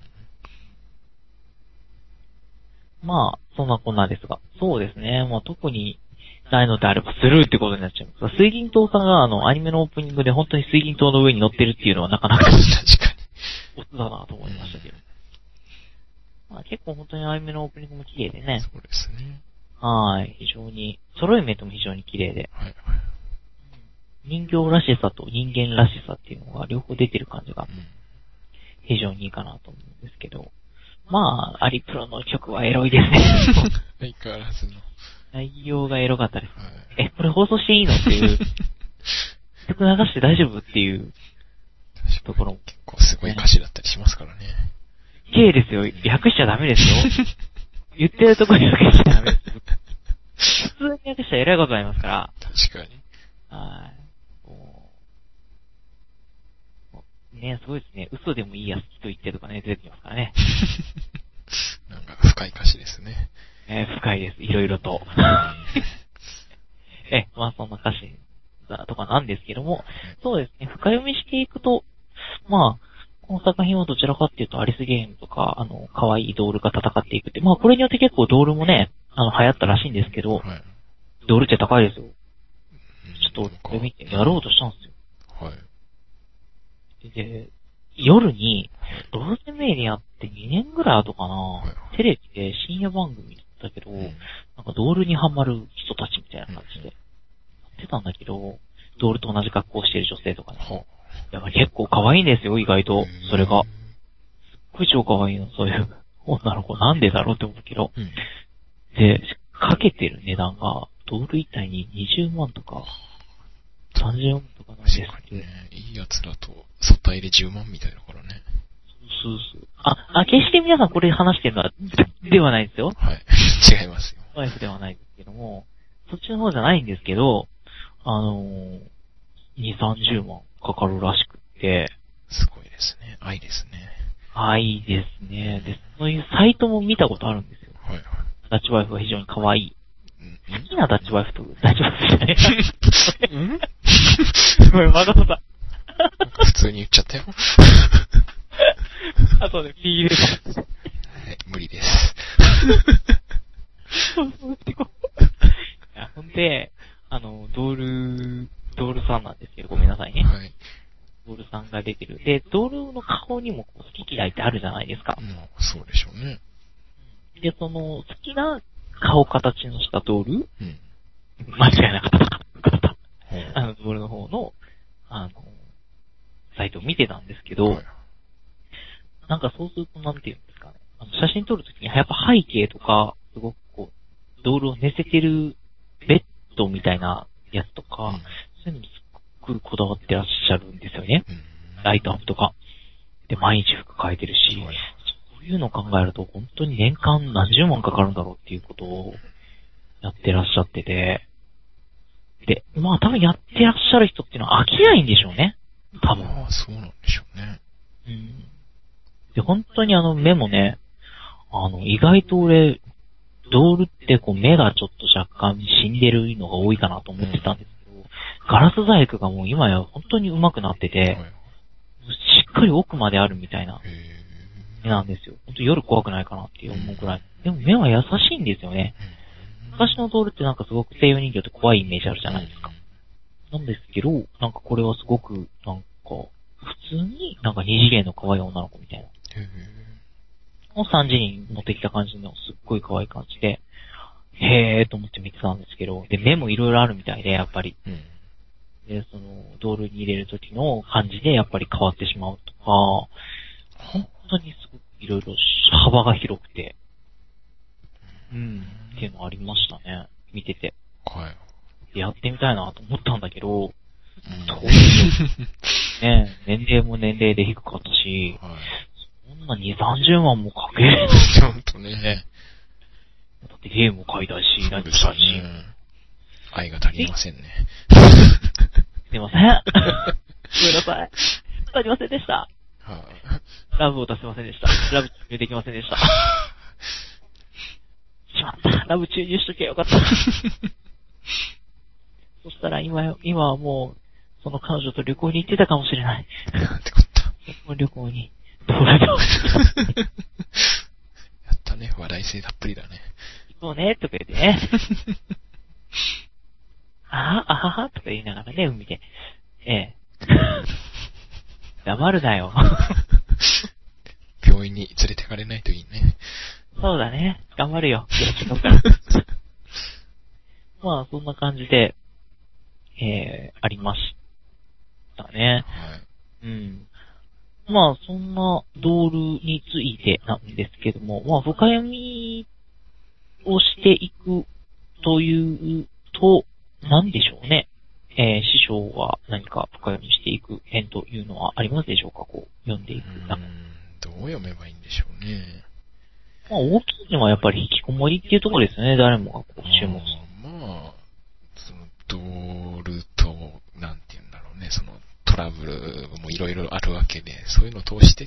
うん、 まあ、そんなこんなですが。そうですね。まあ特にないのであればスルーってことになっちゃう。水銀灯さんがあの、アニメのオープニングで本当に水銀灯の上に乗ってるっていうのはなかなか確かに。 オツだなと思いましたけど。うん、まあ結構本当にアニメのオープニングも綺麗でね。 そうですね。 はい。非常に、揃い目とも非常に綺麗で。 はいはい。 人形らしさと人間らしさっていうのが両方出てる感じが非常にいいかなと思うんですけど。まあ、アリプロの曲はエロいですね。 相変わらずの。 内容がエロかったです。 はい、 え、これ放送していいのっていう。曲流して大丈夫っていうところも。 結構すごい歌詞だったりしますからね。 綺麗ですよ。略しちゃダメですよ。言ってるところに略しちゃダメですよ。普通に略したら偉いことになりますから。 確かに。 はい。ね、すごいですね。嘘でもいいや好きと言ってとかね、出てきますからね。 なんか深い歌詞ですね。 えー、深いです。いろいろと。え、まあそんな歌詞だとかなんですけども、そうですね、深読みしていくと、まあ、この作品はどちらかっていうとアリスゲームとか、あの、可愛いドールが戦っていくって、まあこれによって結構ドールもね、あの、流行ったらしいんですけど、はい、ドールって高いですよ。ちょっと、これ見て、やろうとしたんですよ。 はい。 で、夜に、ドールデンメイディアってにねんぐらい後かな、はい、テレビで深夜番組だったけど、うん、なんかドールにハマる人たちみたいな感じで、やってたんだけど、ドールと同じ格好をしてる女性とかね。はやっぱ結構可愛いんですよ、意外と。それが。すっごい超可愛いの、そういう女の子。なんでだろうって思うけど。うん、で、かけてる値段が、ドール一体ににじゅうまんとか、さんじゅうまんとかなんですって。 ね、いいやつだと、素体でじゅうまんみたいだからね。 そうそう。あ、あ、決して皆さんこれ話してるのは、ではないですよ。 はい。違いますよ。 ワイフではないですけども、そっちの方じゃないんですけど、あのー、に、さんじゅうまんかかるらしくって。 すごいですね。愛ですね。 愛ですね。で、そういうサイトも見たことあるんですよ。 はいはい。 ダッチワイフが非常に可愛い。好きなダッチワイフとダッチワイフじゃない。 んごめん、わざわざ。 普通に言っちゃったよ。 あとでピー入れた。 はい、無理です。 そうそうってこう。いや、ほんで、あの、ドール、ドールさんなんですけど、ごめんなさいね。 はい。 ドールさんが出てる。で、ドールの顔にも好き嫌いってあるじゃないですか。 まあ、そうでしょうね。 で、その、好きな顔形のしたドール、 うん、 間違いなかった。あの、ドールの方の、あの、サイトを見てたんですけど、はい、なんかそうするとなんていうんですかね。あの写真撮るときにやっぱ背景とか、すごくこう、ドールを寝せてるベッドみたいなやつとか、うん、そういうのにすっごくこだわってらっしゃるんですよね。うん、ライトアップとか。で、毎日服変えてるし、はい、そういうのを考えると本当に年間何十万かかるんだろうっていうことをやってらっしゃってて、で、まあ多分やってらっしゃる人っていうのは飽きないんでしょうね。多分。 ああ、そうなんでしょうね。 うん。で、本当にあの目もね、あの、意外と俺、ドールってこう目がちょっと若干死んでるのが多いかなと思ってたんですけど、うん、ガラス細工がもう今や本当に上手くなってて、はい、しっかり奥まであるみたいな目なんですよ。本当夜怖くないかなって思うくらい。でも目は優しいんですよね。昔のドールってなんかすごく西洋人形って怖いイメージあるじゃないですか。なんですけど、なんかこれはすごく、なんか、普通になんか二次元の可愛い女の子みたいな。をさんじに持ってきた感じのすっごい可愛い感じで、へーと思って見てたんですけど、で、目もいろいろあるみたいで、やっぱり。うん、で、その、ドールに入れる時の感じでやっぱり変わってしまうとか、本当にすごくいろいろ幅が広くて、うん、っていうのありましたね。見てて。 はい。 やってみたいなと思ったんだけど、うん、当時ね、年齢も年齢で低かったし、はい、そんなに、さんじゅうまんもかける。 ちょっとね。 だってゲームも買いたいし、 何かしたいし。愛が足りませんね。 すいません。ごめんなさい。足りませんでした。はあ、ラブを出せませんでした。ラブ注入できませんでした。しまった。ラブ注入しとけよかった。そしたら今、今はもう、その彼女と旅行に行ってたかもしれない。 なんてこった。 旅行に、どれだ。 やったね。話題性たっぷりだね。 そうね、とか言ってね。あは、あはは、とか言いながらね、海で。ええ。黙るなよ。 病院に連れてかれないといいね。 そうだね。頑張るよ。違うから。まあ、そんな感じで、えー、ありましたね。 はい。 うん。まあ、そんなドールについてなんですけども、まあ、深読みをしていくというと、何でしょうね。えー、師匠は何か深読みしていく点というのはありますでしょうか？こう、読んでいく。 うーん、どう読めばいいんでしょうね。 まあ、大きいのはやっぱり引きこもりっていうところですよね。誰もがこう注目する。 まあ、その、ドールと、なんて言うんだろうね、その、トラブルもいろいろあるわけで、そういうのを通してって、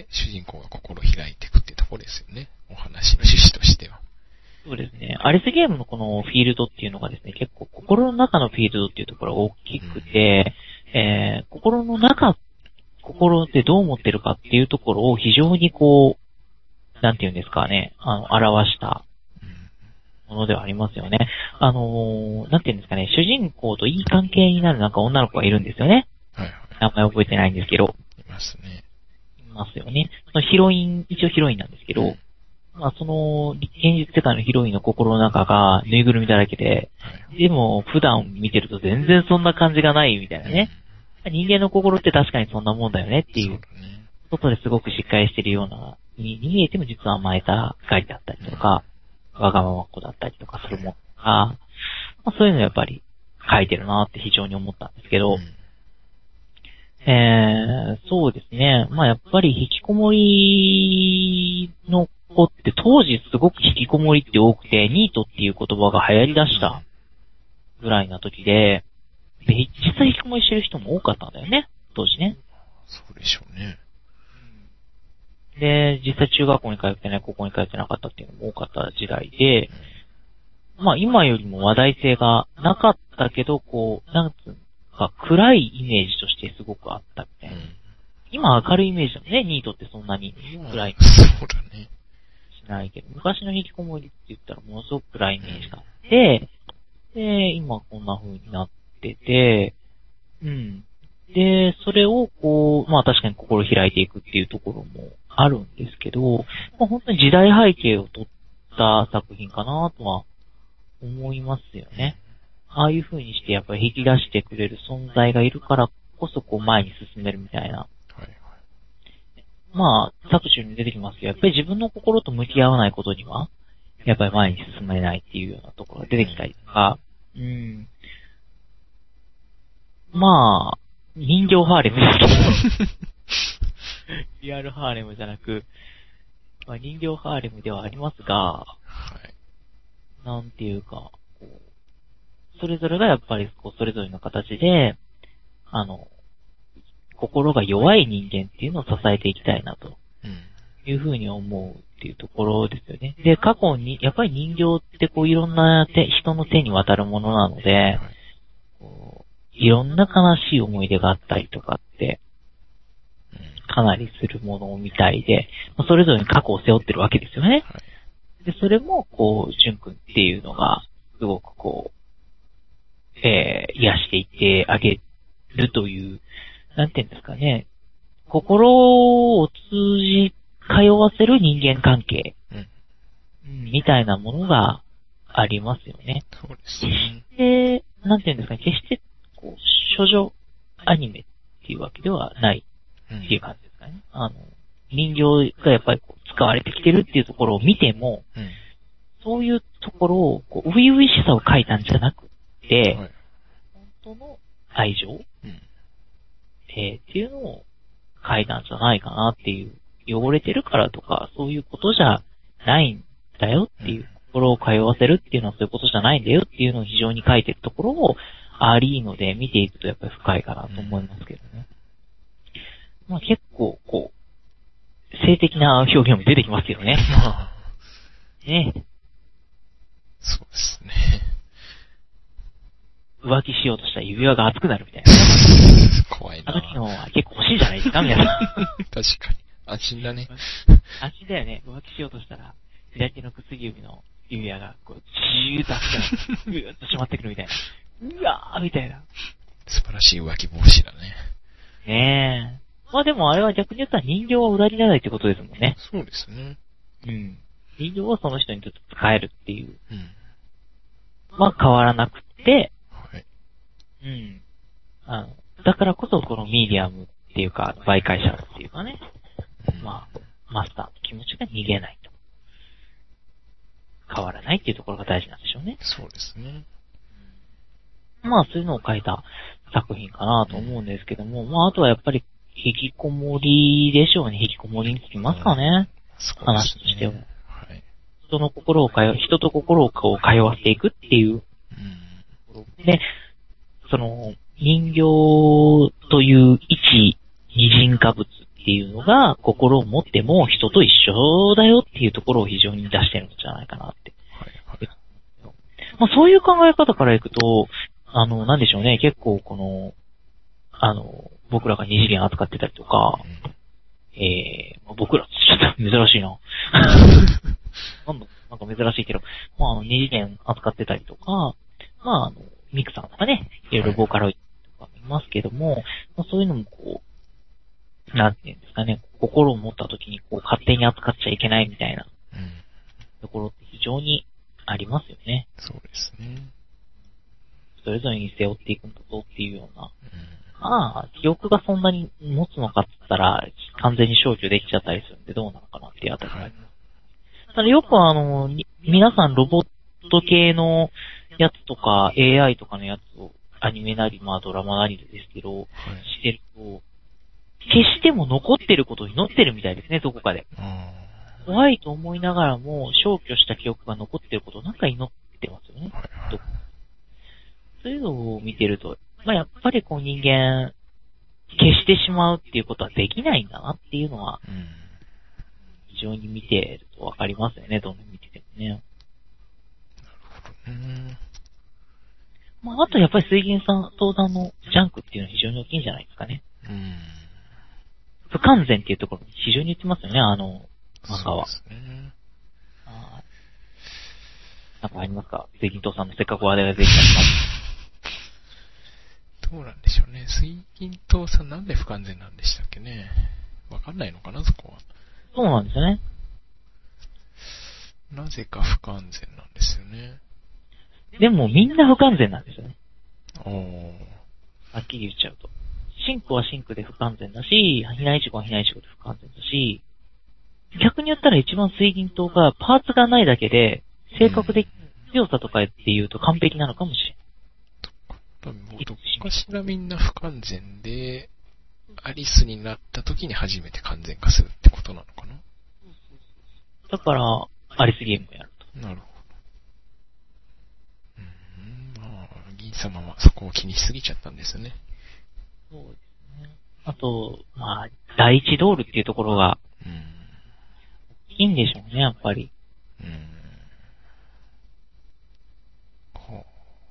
主人公が心を開いていくっていうところですよね。お話の趣旨としては。 そうですね。アリスゲームのこのフィールドっていうのがですね、結構心の中のフィールドっていうところが大きくて、うん、えー、心の中、心ってどう思ってるかっていうところを非常にこう、なんていうんですかね、あの、表したものではありますよね。あのー、なんていうんですかね、主人公といい関係になるなんか女の子がいるんですよね。 はいはい。 名前覚えてないんですけど。 いますね。 いますよね。そのヒロイン、一応ヒロインなんですけど、うん、まあその、現実世界のヒロインの心の中がぬいぐるみだらけで、はい、でも普段見てると全然そんな感じがないみたいなね。うん、人間の心って確かにそんなもんだよねっていう。外ですごくしっかりしてるような、に見えても実は甘えた光だったりとか、うん、わがままっ子だったりとかするものが、まあそういうのやっぱり書いてるなって非常に思ったんですけど、うん、えー、そうですね。まあやっぱり引きこもりの子って当時すごく引きこもりって多くて、ニートっていう言葉が流行り出したぐらいな時で、で実際引きこもりしてる人も多かったんだよね、当時ね。 そうでしょうね。 で、実際中学校に通ってない、高校に通ってなかったっていうのも多かった時代で、まあ今よりも話題性がなかったけど、こう、なんつうか暗いイメージとしてすごくあったみたいな。うん、今明るいイメージだもんね、ニートってそんなに暗い。 そうだね。 しないけど、昔の引きこもりって言ったらものすごく暗いイメージがあって、で、今こんな風になってて、うん。で、それをこう、まあ確かに心開いていくっていうところもあるんですけど、まあ本当に時代背景を取った作品かなとは思いますよね。ああいう風にしてやっぱり引き出してくれる存在がいるからこそこう前に進めるみたいな。はいはい、まあ、作中に出てきますけど、やっぱり自分の心と向き合わないことには、やっぱり前に進めないっていうようなところが出てきたりとか、うん。まあ、人形ハーレムですけど、リアルハーレムじゃなく、まあ、人形ハーレムではありますが、はなんていうか、こう、それぞれがやっぱりこうそれぞれの形で、あの、心が弱い人間っていうのを支えていきたいなというふうに思うっていうところですよね。で、過去に、やっぱり人形ってこういろんな手人の手に渡るものなので、こういろんな悲しい思い出があったりとかって、かなりするものみたいで、それぞれに過去を背負ってるわけですよね。で、それも、こう、淳君っていうのが、すごくこう、えー、癒していってあげるという、なんていうんですかね、心を通じ、通わせる人間関係、うん、みたいなものがありますよね。 そうですね。 で、なんていうんですかね、決して、こう、少女アニメっていうわけではないっていう感じですかね。うん、あの、人形がやっぱりこう使われてきてるっていうところを見ても、うん、そういうところを、こう、初々しさを書いたんじゃなくて、はい、本当の愛情、うん、えー、っていうのを書いたんじゃないかなっていう、汚れてるからとか、そういうことじゃないんだよっていう、うん、心を通わせるっていうのはそういうことじゃないんだよっていうのを非常に書いてるところを、ありので見ていくとやっぱり深いかなと思いますけどね。うん、まあ結構、こう、性的な表現も出てきますよね。ね。 そうですね。 浮気しようとしたら指輪が熱くなるみたいな。 怖いな。 あの機能は結構欲しいじゃないですか、皆さん。 確かに。安心だね。 安心だよね。浮気しようとしたら、左手の薬指の指輪が、こう、じーっと熱くなって、ぐーっと締まってくるみたいな。うわーみたいな。 素晴らしい浮気防止だね。 ねえ。まあでもあれは逆に言ったら人形は裏切らないってことですもんね。 そうですね。 うん。人形はその人にとって使えるっていう。 うん。まあ変わらなくて、 はい。 うん。あの、だからこそこのミディアムっていうか、媒介者っていうかね。うん、まあ、マスターの気持ちが逃げないと。変わらないっていうところが大事なんでしょうね。 そうですね。 まあそういうのを書いた作品かなと思うんですけども、うん、まああとはやっぱり引きこもりでしょうね。引きこもりにつきますかね。うん、 そう話としては。はい。 人の心を通わ、人と心をこう通わせていくっていう。うん、で、その人形という一二人化物っていうのが心を持っても人と一緒だよっていうところを非常に出してるんじゃないかなって。はいはい、まあそういう考え方からいくと、あの、なんでしょうね、結構この、あの、僕らが二次元扱ってたりとか、うん、えー、僕らってちょっと珍しいな。なんだ、なんか珍しいけど、まああの二次元扱ってたりとか、まああの、ミクさんとかね、いろいろボーカロイドとかいますけども、まあ、そういうのもこう、なんていうんですかね、心を持った時にこう勝手に扱っちゃいけないみたいな、ところって非常にありますよね。 そうですね。 それぞれに背負っていくんだぞっていうような。うん、まあ、記憶がそんなに持つのかって言ったら、完全に消去できちゃったりするんでどうなのかなっていうあたりがあります。はい、ただよくあの、皆さんロボット系のやつとか エーアイ とかのやつをアニメなり、まあドラマなりですけど、はい、してると、決しても残ってることに載ってるみたいですね、どこかで。怖いと思いながらも、消去した記憶が残ってることなんかに載ってますよね。はいはい、そういうのを見てると、まあやっぱりこう人間、消してしまうっていうことはできないんだなっていうのは、非常に見てるとわかりますよね、どんどん見ててもね。なるほどね。 まああとやっぱり水銀さん登壇のジャンクっていうのは非常に大きいんじゃないですかね。 うん。 不完全っていうところに非常に言ってますよね、あの漫画は。 そうですね。 あなんかありますか？水銀刀さんのせっかく話題が出てきたのか。 どうなんでしょうね。水銀刀さんなんで不完全なんでしたっけね。わかんないのかな、そこは。 そうなんですよね。 なぜか不完全なんですよね。 でもみんな不完全なんですよね。 おー。 はっきり言っちゃうと。シンクはシンクで不完全だし、ひないちごはひないちごで不完全だし、逆に言ったら一番水銀刀がパーツがないだけで、性格的強さとかっていうと完璧なのかもしれない。 多分もうどっかしらみんな不完全で、アリスになった時に初めて完全化するってことなのかな。 だから、アリスゲームをやると。 なるほ様はそこを気にしすぎちゃったんですね。 そうですね。あと、まあ、第一ドールっていうところが、 うん。 大きいんでしょうね、やっぱり。 うん。ほう。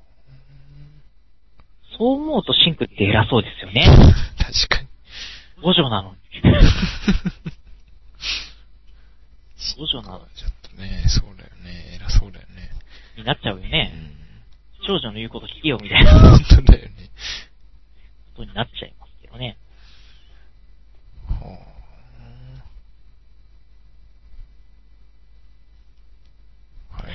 そう思うとシンクって偉そうですよね。 確かに。 五女なのに。五女なのに。 ちょっとね、そうだよね。偉そうだよね。 になっちゃうよね。 うん。 少女の言うこと聞けよ、みたいな。 本当だよね。 ことになっちゃいますけどね。 ほう。はいはい。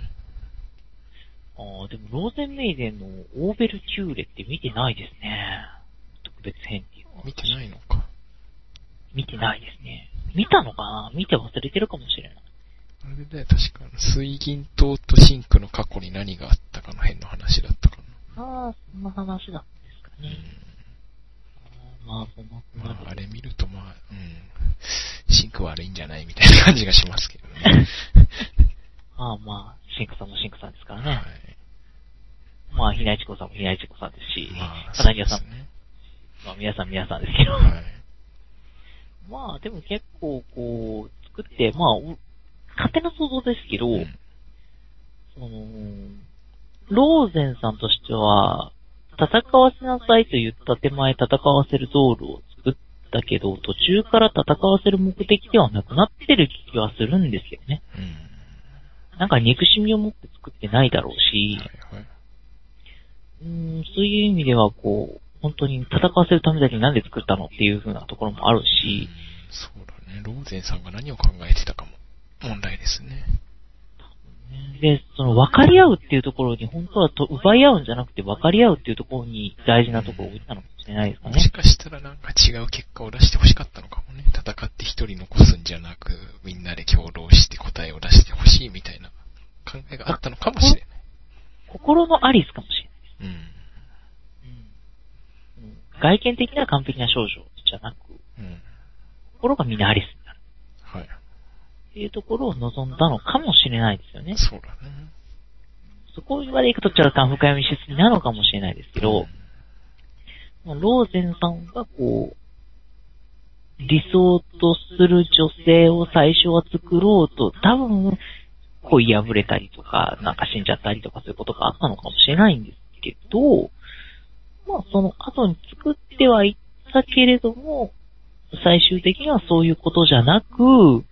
ああ、でも、ローゼンメイデンのオーベルキューレって見てないですね。特別編っていうのは。 見てないのか。 見てないですね。見たのかな？見て忘れてるかもしれない。 あれで、確か水銀島とシンクの過去に何があったかの辺の話だったかな。 ああ、そんな話だったんですかね。うん、あまあ、そんな、 まあ、あれ見ると、まあ、うん、シンク悪いんじゃないみたいな感じがしますけどね。 まあまあ、シンクさんもシンクさんですからね。 はい。 まあ、ひなイチコさんもひなイチコさんですし、 まあ、 かなぎやさんも、 ね、 まあ皆さん皆さんですけど。 はい。 まあ、でも結構こう、作って、まあ、勝手な想像ですけど、うん、その、ローゼンさんとしては、戦わせなさいと言った手前戦わせる道路を作ったけど、途中から戦わせる目的ではなくなってる気はするんですよね。うん、なんか憎しみを持って作ってないだろうし、はいはい、うーん、そういう意味ではこう、本当に戦わせるためだけになんで作ったのっていう風なところもあるし、 うん、そうだね。ローゼンさんが何を考えてたかも問題ですね。 で、その分かり合うっていうところに本当はと奪い合うんじゃなくて分かり合うっていうところに大事なところを置いたのかもしれないですかね。 もしかしたらなんか違う結果を出してほしかったのかもね。戦って一人残すんじゃなく、みんなで共同して答えを出してほしいみたいな考えがあったのかもしれない。 心のアリスかもしれないです。 うん。 うん、外見的な完璧な少女じゃなく、うん、心がみんなアリスになる。 はい。 っていうところを望んだのかもしれないですよね。 そうだね。 そこまで行くと若干深読みしすぎなのかもしれないですけど、うん、ローゼンさんがこう、理想とする女性を最初は作ろうと、多分、恋破れたりとか、なんか死んじゃったりとかそういうことがあったのかもしれないんですけど、まあその後に作ってはいったけれども、最終的にはそういうことじゃなく、はい、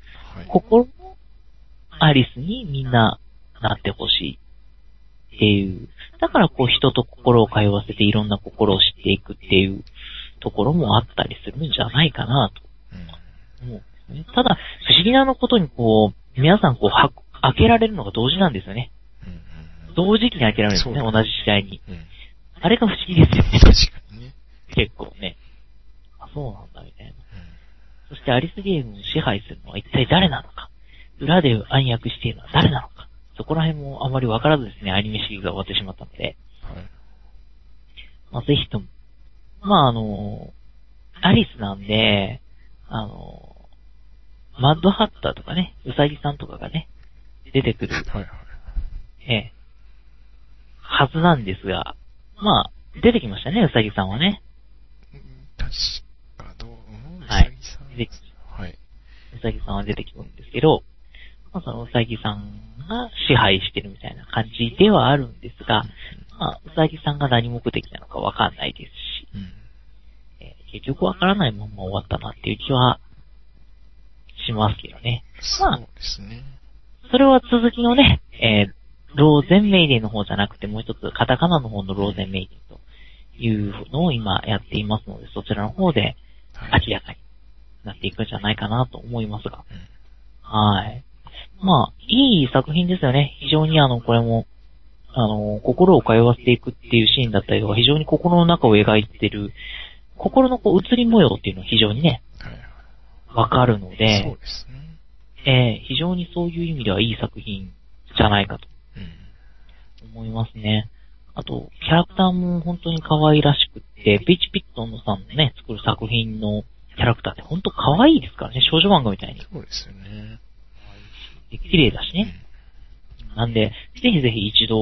心のアリスにみんななってほしいっていう。だからこう人と心を通わせていろんな心を知っていくっていうところもあったりするんじゃないかなと思うんですね。ただ、不思議なことにこう、皆さんこう、は開けられるのが同時なんですよね。同時期に開けられるんですね、同じ試合に。うん、あれが不思議ですよね。 確かにね。 結構ね。あ、そうなんだみたいな。そしてアリスゲームを支配するのは一体誰なのか。裏で暗躍しているのは誰なのか。そこら辺もあまりわからずですね、アニメシリーズが終わってしまったので。はい。まあ、ぜひとも。まあ、あの、アリスなんで、あの、マッドハッターとかね、ウサギさんとかがね、出てくる。はいはい。ええ。はずなんですが、まあ、出てきましたね、ウサギさんはね。 確かどう、うん、 はい。 ウサギさん。 出てきはい。 ウサギさんは出てくるんですけど、まあ、そのウサギさんが支配してるみたいな感じではあるんですが、まあ、ウサギさんが何目的なのかわかんないですし、うんえー、結局わからないまま終わったなっていう気はしますけどね。まあ、 そうですね。 それは続きのね、えー、ローゼンメイデンの方じゃなくてもう一つカタカナの方のローゼンメイデンというのを今やっていますので、そちらの方で明らかになっていくんじゃないかなと思いますが。うん、はい。まあ、いい作品ですよね。非常にあの、これも、あの、心を通わせていくっていうシーンだったりとか、非常に心の中を描いてる、心のこう、移り模様っていうのは非常にね、わかるので、 そうですね。 えー、非常にそういう意味ではいい作品じゃないかと、思いますね。あと、キャラクターも本当に可愛らしくって、ピーチピットンさんのね、作る作品のキャラクターって本当可愛いですからね、少女漫画みたいに。 そうですよね。 綺麗だしね。うん、なんで、ぜひぜひ一度、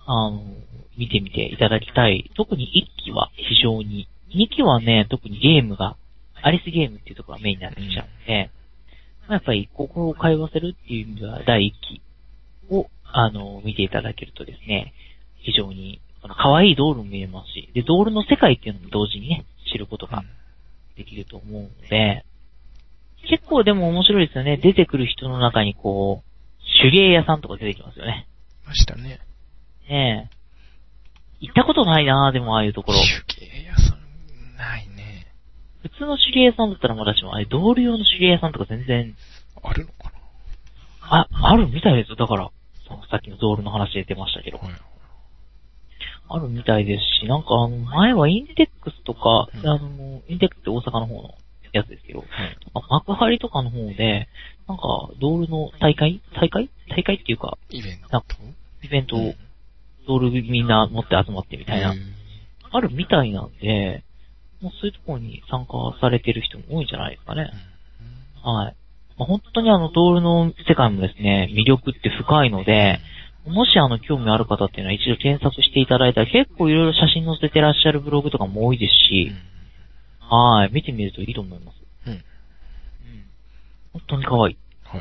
あの、見てみていただきたい。特にいっきは非常に、にきはね、特にゲームが、アリスゲームっていうところがメインになってきちゃうので、やっぱり心を通わせるっていう意味ではだいいっきを、あの、見ていただけるとですね、非常に、この可愛いドールも見れますし、で、ドールの世界っていうのも同時にね、知ることができると思うので、結構でも面白いですよね。出てくる人の中にこう、手芸屋さんとか出てきますよね。 ましたね。 ねえ。行ったことないなぁ、でもああいうところ。 手芸屋さん、ないね。 普通の手芸屋さんだったらまだしも、あれ、ドール用の手芸屋さんとか全然。 あるのかな。 あ、あるみたいですよ。だから、さっきのドールの話出てましたけど。はい、あるみたいですし、なんかあの、前はインテックスとか、うん、あの、インテックスって大阪の方のやつですけど、うん、幕張とかの方で、なんか、ドールの大会大会大会っていうか、 イベントイベントを、うん、ドールみんな持って集まってみたいな、あるみたいなんで、もうそういうところに参加されてる人も多いんじゃないですかね。はい。まあ、本当にあの、ドールの世界もですね、魅力って深いので、もしあの、興味ある方っていうのは一度検索していただいたら結構いろいろ写真載せてらっしゃるブログとかも多いですし、うん、はい、見てみるといいと思います。うん。うん、本当に可愛い。はい。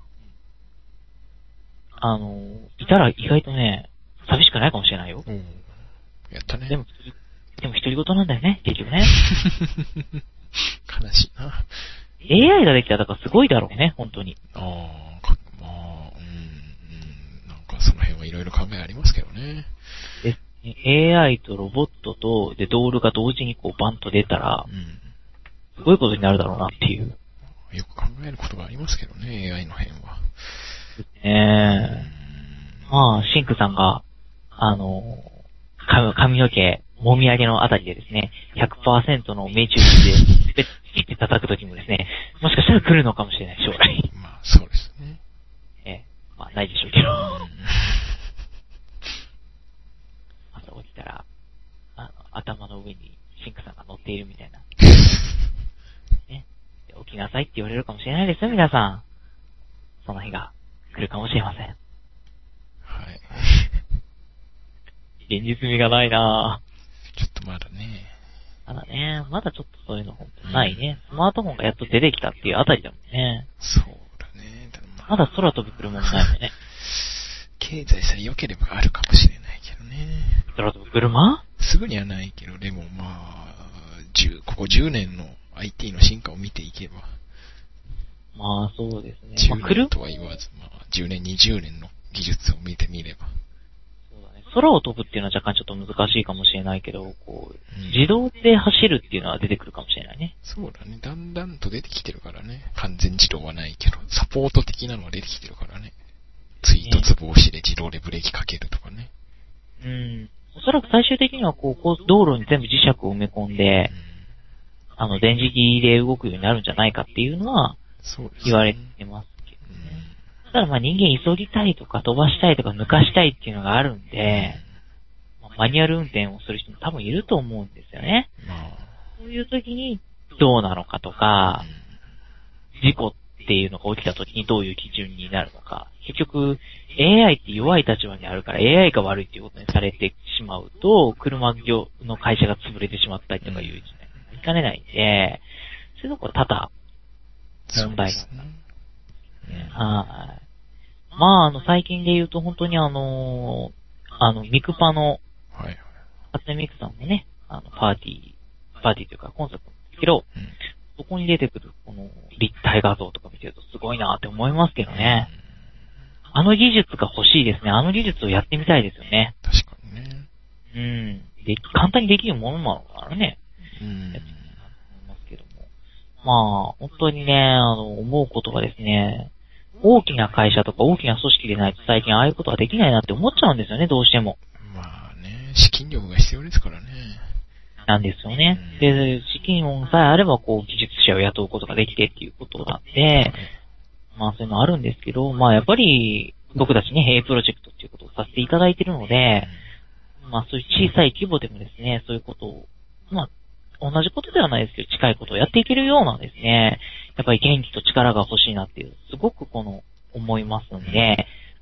あの、いたら意外とね、寂しくないかもしれないよ。うん。 やったね。 でも、でも独り言なんだよね、結局ね。 悲しいな。 エーアイ ができたらだからすごいだろうね、本当に。 ああ、か、まあ、うん、うん、なんかその辺はいろいろ考えありますけどね。 で、エーアイ とロボットと、で、ドールが同時にこうバンと出たら、うん、すごいことになるだろうなっていう。 よく考えることがありますけどね、エーアイ の辺は。 ええー。まあ、シンクさんが、あの、髪の毛、もみあげのあたりでですね、ひゃくパーセント の命中率で、ピッて叩くときもですね、もしかしたら来るのかもしれない、将来。 まあ、そうですね。 ええ、まあ、ないでしょうけど。朝起きたら、あの、頭の上にシンクさんが乗っているみたいな。ね。起きなさいって言われるかもしれないですよ、皆さん。その日が来るかもしれません。はい。現実味がないなぁ。 ちょっとまだね。 まだね、まだちょっとそういうの本当にないね、うん。スマートフォンがやっと出てきたっていうあたりだもんね。 そうだね。だまあ、 まだ空飛ぶ車もないもんね。 経済さえ良ければあるかもしれないけどね。 空飛ぶ車？ すぐにはないけど、でもまあ、10ここじゅうねんの アイティー の進化を見ていけば。 まあそうですね。 じゅうねんとは言わず、まあじゅうねん、にじゅうねんの技術を見てみれば。 空を飛ぶっていうのは若干ちょっと難しいかもしれないけど、こう、うん、自動で走るっていうのは出てくるかもしれないね。 そうだね。だんだんと出てきてるからね。完全自動はないけど、サポート的なのは出てきてるからね。追突防止で自動でブレーキかけるとかね。 うん。おそらく最終的にはこう、こう道路に全部磁石を埋め込んで、うん、あの、電磁気で動くようになるんじゃないかっていうのは、言われてますけどね。ただまあ人間急ぎたいとか飛ばしたいとか抜かしたいっていうのがあるんで、まあ、マニュアル運転をする人も多分いると思うんですよね。そういう時にどうなのかとか、事故っていうのが起きた時にどういう基準になるのか。結局 エーアイ って弱い立場にあるから エーアイ が悪いっていうことにされてしまうと、車業の会社が潰れてしまったりとかいう事態になりかねないんで、そういうところは多々問題があった。はい。まあ、あの、最近で言うと、本当にあの、あの、ミクパの、はいはい。初音ミクさんのね、あの、パーティー、パーティーというかコンサートなんですけど、うん、そこに出てくる、この、立体画像とか見てるとすごいなって思いますけどね。うん、あの技術が欲しいですね。あの技術をやってみたいですよね。 確かにね。 うん。で、簡単にできるものなのかなね。うん。やってみたいなと思いますけども。まあ、本当にね、あの、思うことがですね、大きな会社とか大きな組織でないと最近ああいうことはできないなって思っちゃうんですよね、どうしても。 まあね、資金力が必要ですからね。 なんですよね。うん、で、資金さえあればこう技術者を雇うことができてっていうことなんで、まあそういうのあるんですけど、まあやっぱり僕たちね、ヘイプロジェクトっていうことをさせていただいているので、まあそういう小さい規模でもですね、そういうことを、まあ同じことではないですけど、近いことをやっていけるようなですね、やっぱり元気と力が欲しいなっていう、すごくこの、思いますんで、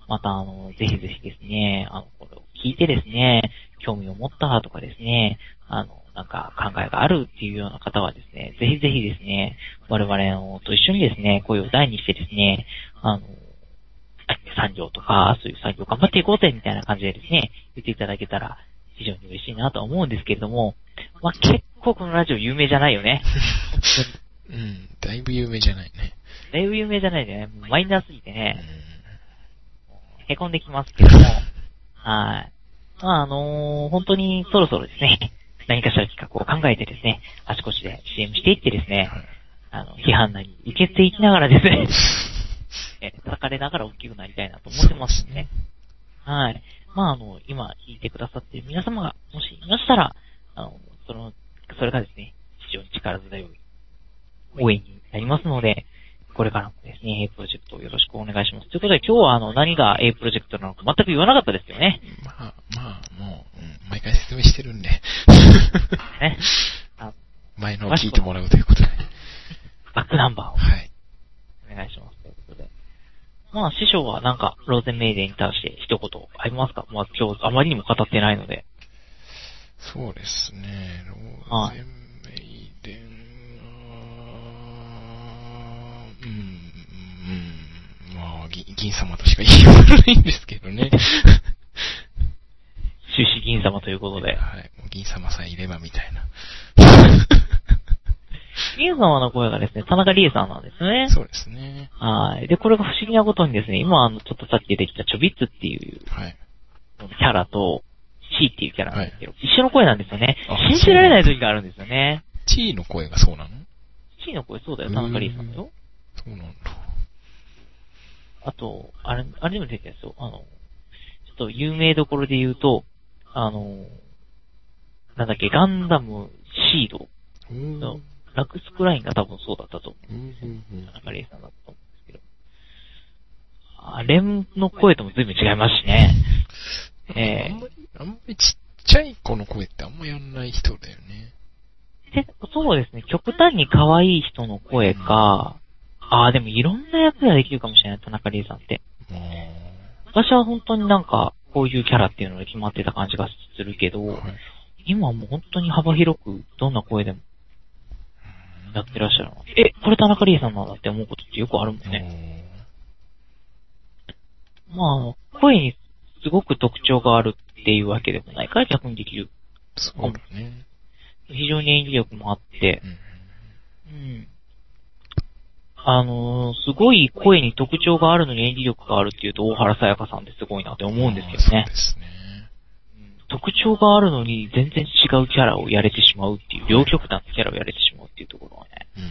またあの、ぜひぜひですね、あの、これを聞いてですね、興味を持ったとかですね、あの、なんか考えがあるっていうような方はですね、ぜひぜひですね、我々のと一緒にですね、声を大にしてですね、あの、産業とか、そういう産業頑張っていこうぜみたいな感じでですね、言っていただけたら非常に嬉しいなと思うんですけれども、まあ、結構このラジオ有名じゃないよね。 うん、だいぶ有名じゃないね。 だいぶ有名じゃないね。マイナーすぎてね、へこんできますけども、はい。まあ、あのー、本当にそろそろですね、何かしら企画を考えてですね、あちこちで シーエム していってですね、あの、批判なり受けていきながらですね、え、叩かれながら大きくなりたいなと思ってますんでね。はい。まあ、あの、今聞いてくださっている皆様がもしいましたら、あの、その、それがですね、非常に力強い応援になりますので、これからもですね、A プロジェクトをよろしくお願いします。ということで今日はあの、何が A プロジェクトなのか全く言わなかったですよね。 まあ、まあ、もう、うん、毎回説明してるんで。ね。あ、前のを聞いてもらうということで。 バックナンバーを。 はい。 お願いします。ということで。まあ、師匠はなんか、ローゼンメイデンに対して一言ありますか？まあ、今日あまりにも語ってないので。 そうですね、ローゼンメイデンは、うん、うん、まあ、銀様としか言いようがないんですけどね。 終始銀様ということで。 はい、もう銀様さえいればみたいな。 銀様の声がですね、田中理恵さんなんですね。 そうですね。 はい。で、これが不思議なことにですね、今あの、ちょっとさっき出てきたチョビッツっていう、はい。キャラと、チーっていうキャラなんですけど、はい、一緒の声なんですよね。信じられない時があるんですよね。 チーの声がそうなの？ チーの声そうだよ、田中理恵さんだよ。 そうなんだ。 あと、あれ、あれでも出てきたんですよ。あの、ちょっと有名どころで言うと、あの、なんだっけ、ガンダムシードのラクスクラインが多分そうだったと思うんですよ。田中理恵さんだったと思うんですけど。あれの声とも随分違いますしね。 えー、あんまり、あんまりちっちゃい子の声ってあんまやんない人だよね。 で、そうですね。極端に可愛い人の声か、うん、ああ、でもいろんな役ができるかもしれない、田中理恵さんって。私は本当になんか、こういうキャラっていうので決まってた感じがするけど、はい、今はもう本当に幅広く、どんな声でも、やってらっしゃるの。え、これ田中理恵さんなんだって思うことってよくあるもんね。まあ、声にすごく特徴があるっていうわけでもないから逆にできる。 そうだね。 非常に演技力もあって、うん。うん、あのー、すごい声に特徴があるのに演技力があるっていうと大原さやかさんってすごいなって思うんですけどね。 そうですね。 特徴があるのに全然違うキャラをやれてしまうっていう、両極端なキャラをやれてしまうっていうところはね、うん、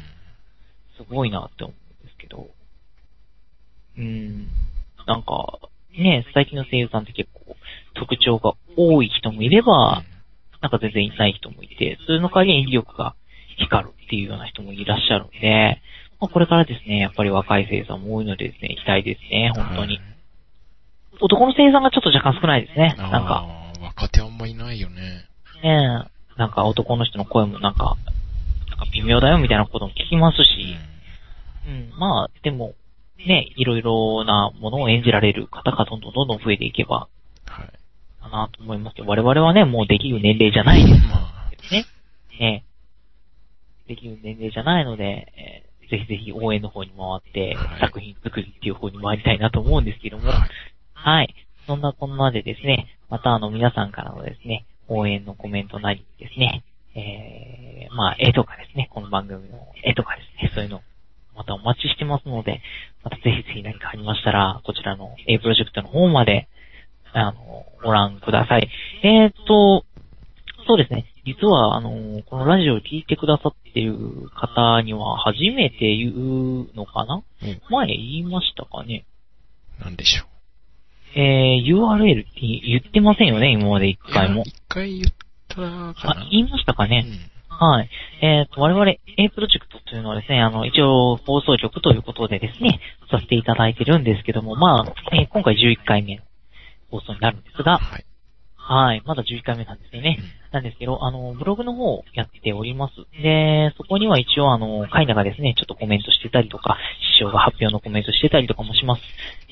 すごいなって思うんですけど、うーん、なんか、ね、最近の声優さんって結構特徴が多い人もいれば、なんか全然いない人もいて、それの代わりに演技力が光るっていうような人もいらっしゃるので、まあ、これからですね、やっぱり若い声優さんも多いのでですね、期待ですね、本当に。はい、男の声優さんがちょっと若干少ないですね、なんか。 若手あんまいないよね。 ねえ、なんか男の人の声もなんか、なんか微妙だよみたいなことも聞きますし、うん、うん、まあ、でも、ね、いろいろなものを演じられる方がどんどんどんどん増えていけば、はい。かなと思いますけど、我々はね、もうできる年齢じゃないですけどね。ね。できる年齢じゃないので、えー、ぜひぜひ応援の方に回って、はい、作品作りっていう方に回りたいなと思うんですけども、はい。はい。そんなこんなでですね、またあの皆さんからのですね、応援のコメントなりですね、えー、まあ絵とかですね、この番組の絵とかですね、そういうのまたお待ちしてますので、またぜひぜひ何かありましたら、こちらの A プロジェクトの方まで、あの、ご覧ください。えーと、そうですね、実はあの、このラジオを聞いてくださっている方には初めて言うのかな、うん、前言いましたかね。 なんでしょう。 えー、ユーアールエル って言ってませんよね、今まで一回も。 一回言ったかな。 あ、言いましたかね。うん、はい。えっと、我々 A プロジェクトというのはですね、あの、一応放送局ということでですね、させていただいてるんですけども、まあ、えー、今回じゅういっかいめの放送になるんですが、はい。はい。まだじゅういっかいめなんですよね。うん、なんですけど、あの、ブログの方をやっております。で、そこには一応あの、カイナがですね、ちょっとコメントしてたりとか、師匠が発表のコメントしてたりとかもします。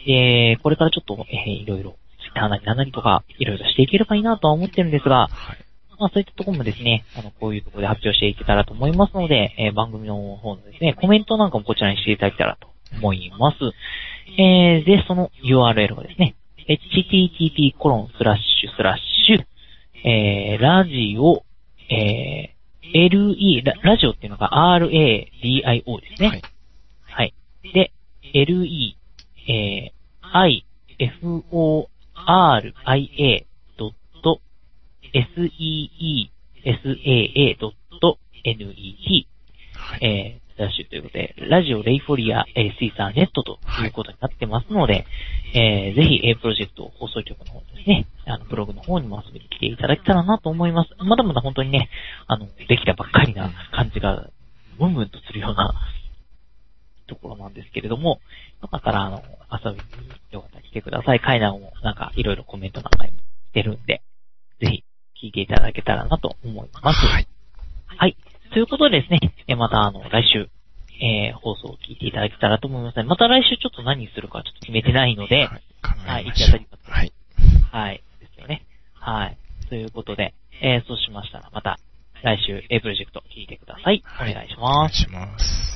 えー、これからちょっと、えー、いろいろ、ツイッターなりなんなりとか、いろいろしていければいいなとは思ってるんですが、 はい。 まあそういったところもですね、あの、こういうところで発表していけたらと思いますので、えー、番組の方のですね、コメントなんかもこちらにしていただけたらと思います。えー、で、その ユーアールエル がですね、エイチティーティーピーコロンスラッシュスラッシュえー、ラジオ、えー、エルイー、ラ, ラジオっていうのが アールエーディーアイオー ですね。 はい。 はい。で、エルイー、えー、アイエフオーアールアイエードットエスイーイーエスエーエードットネットはい。 えー、ラッシュということで、ラジオレイフォリア、えー、シーサーネットということになってますので、えー、ぜひ、えー、プロジェクト放送局の方ですね、あの、ブログの方にも遊びに来ていただけたらなと思います。まだまだ本当にね、あの、できたばっかりな感じが、ブンブンとするようなところなんですけれども、よかったら、あの、遊びによかったら来てください。階段もなんか、いろいろコメントなんかにもしてるんで、ぜひ、聞いていただけたらなと思います。 はい。 はい。ということでですね、えまたあの、来週、えー、放送を聞いていただけたらと思います。また来週ちょっと何するかちょっと決めてないので、 はい。考はい、 えましょう。 行き当たりばったりはい。 はい、ですよね。はい。ということで、えー、そうしましたらまた来週、A プロジェクト聞いてください。 はい。 お願いしお願います。 します。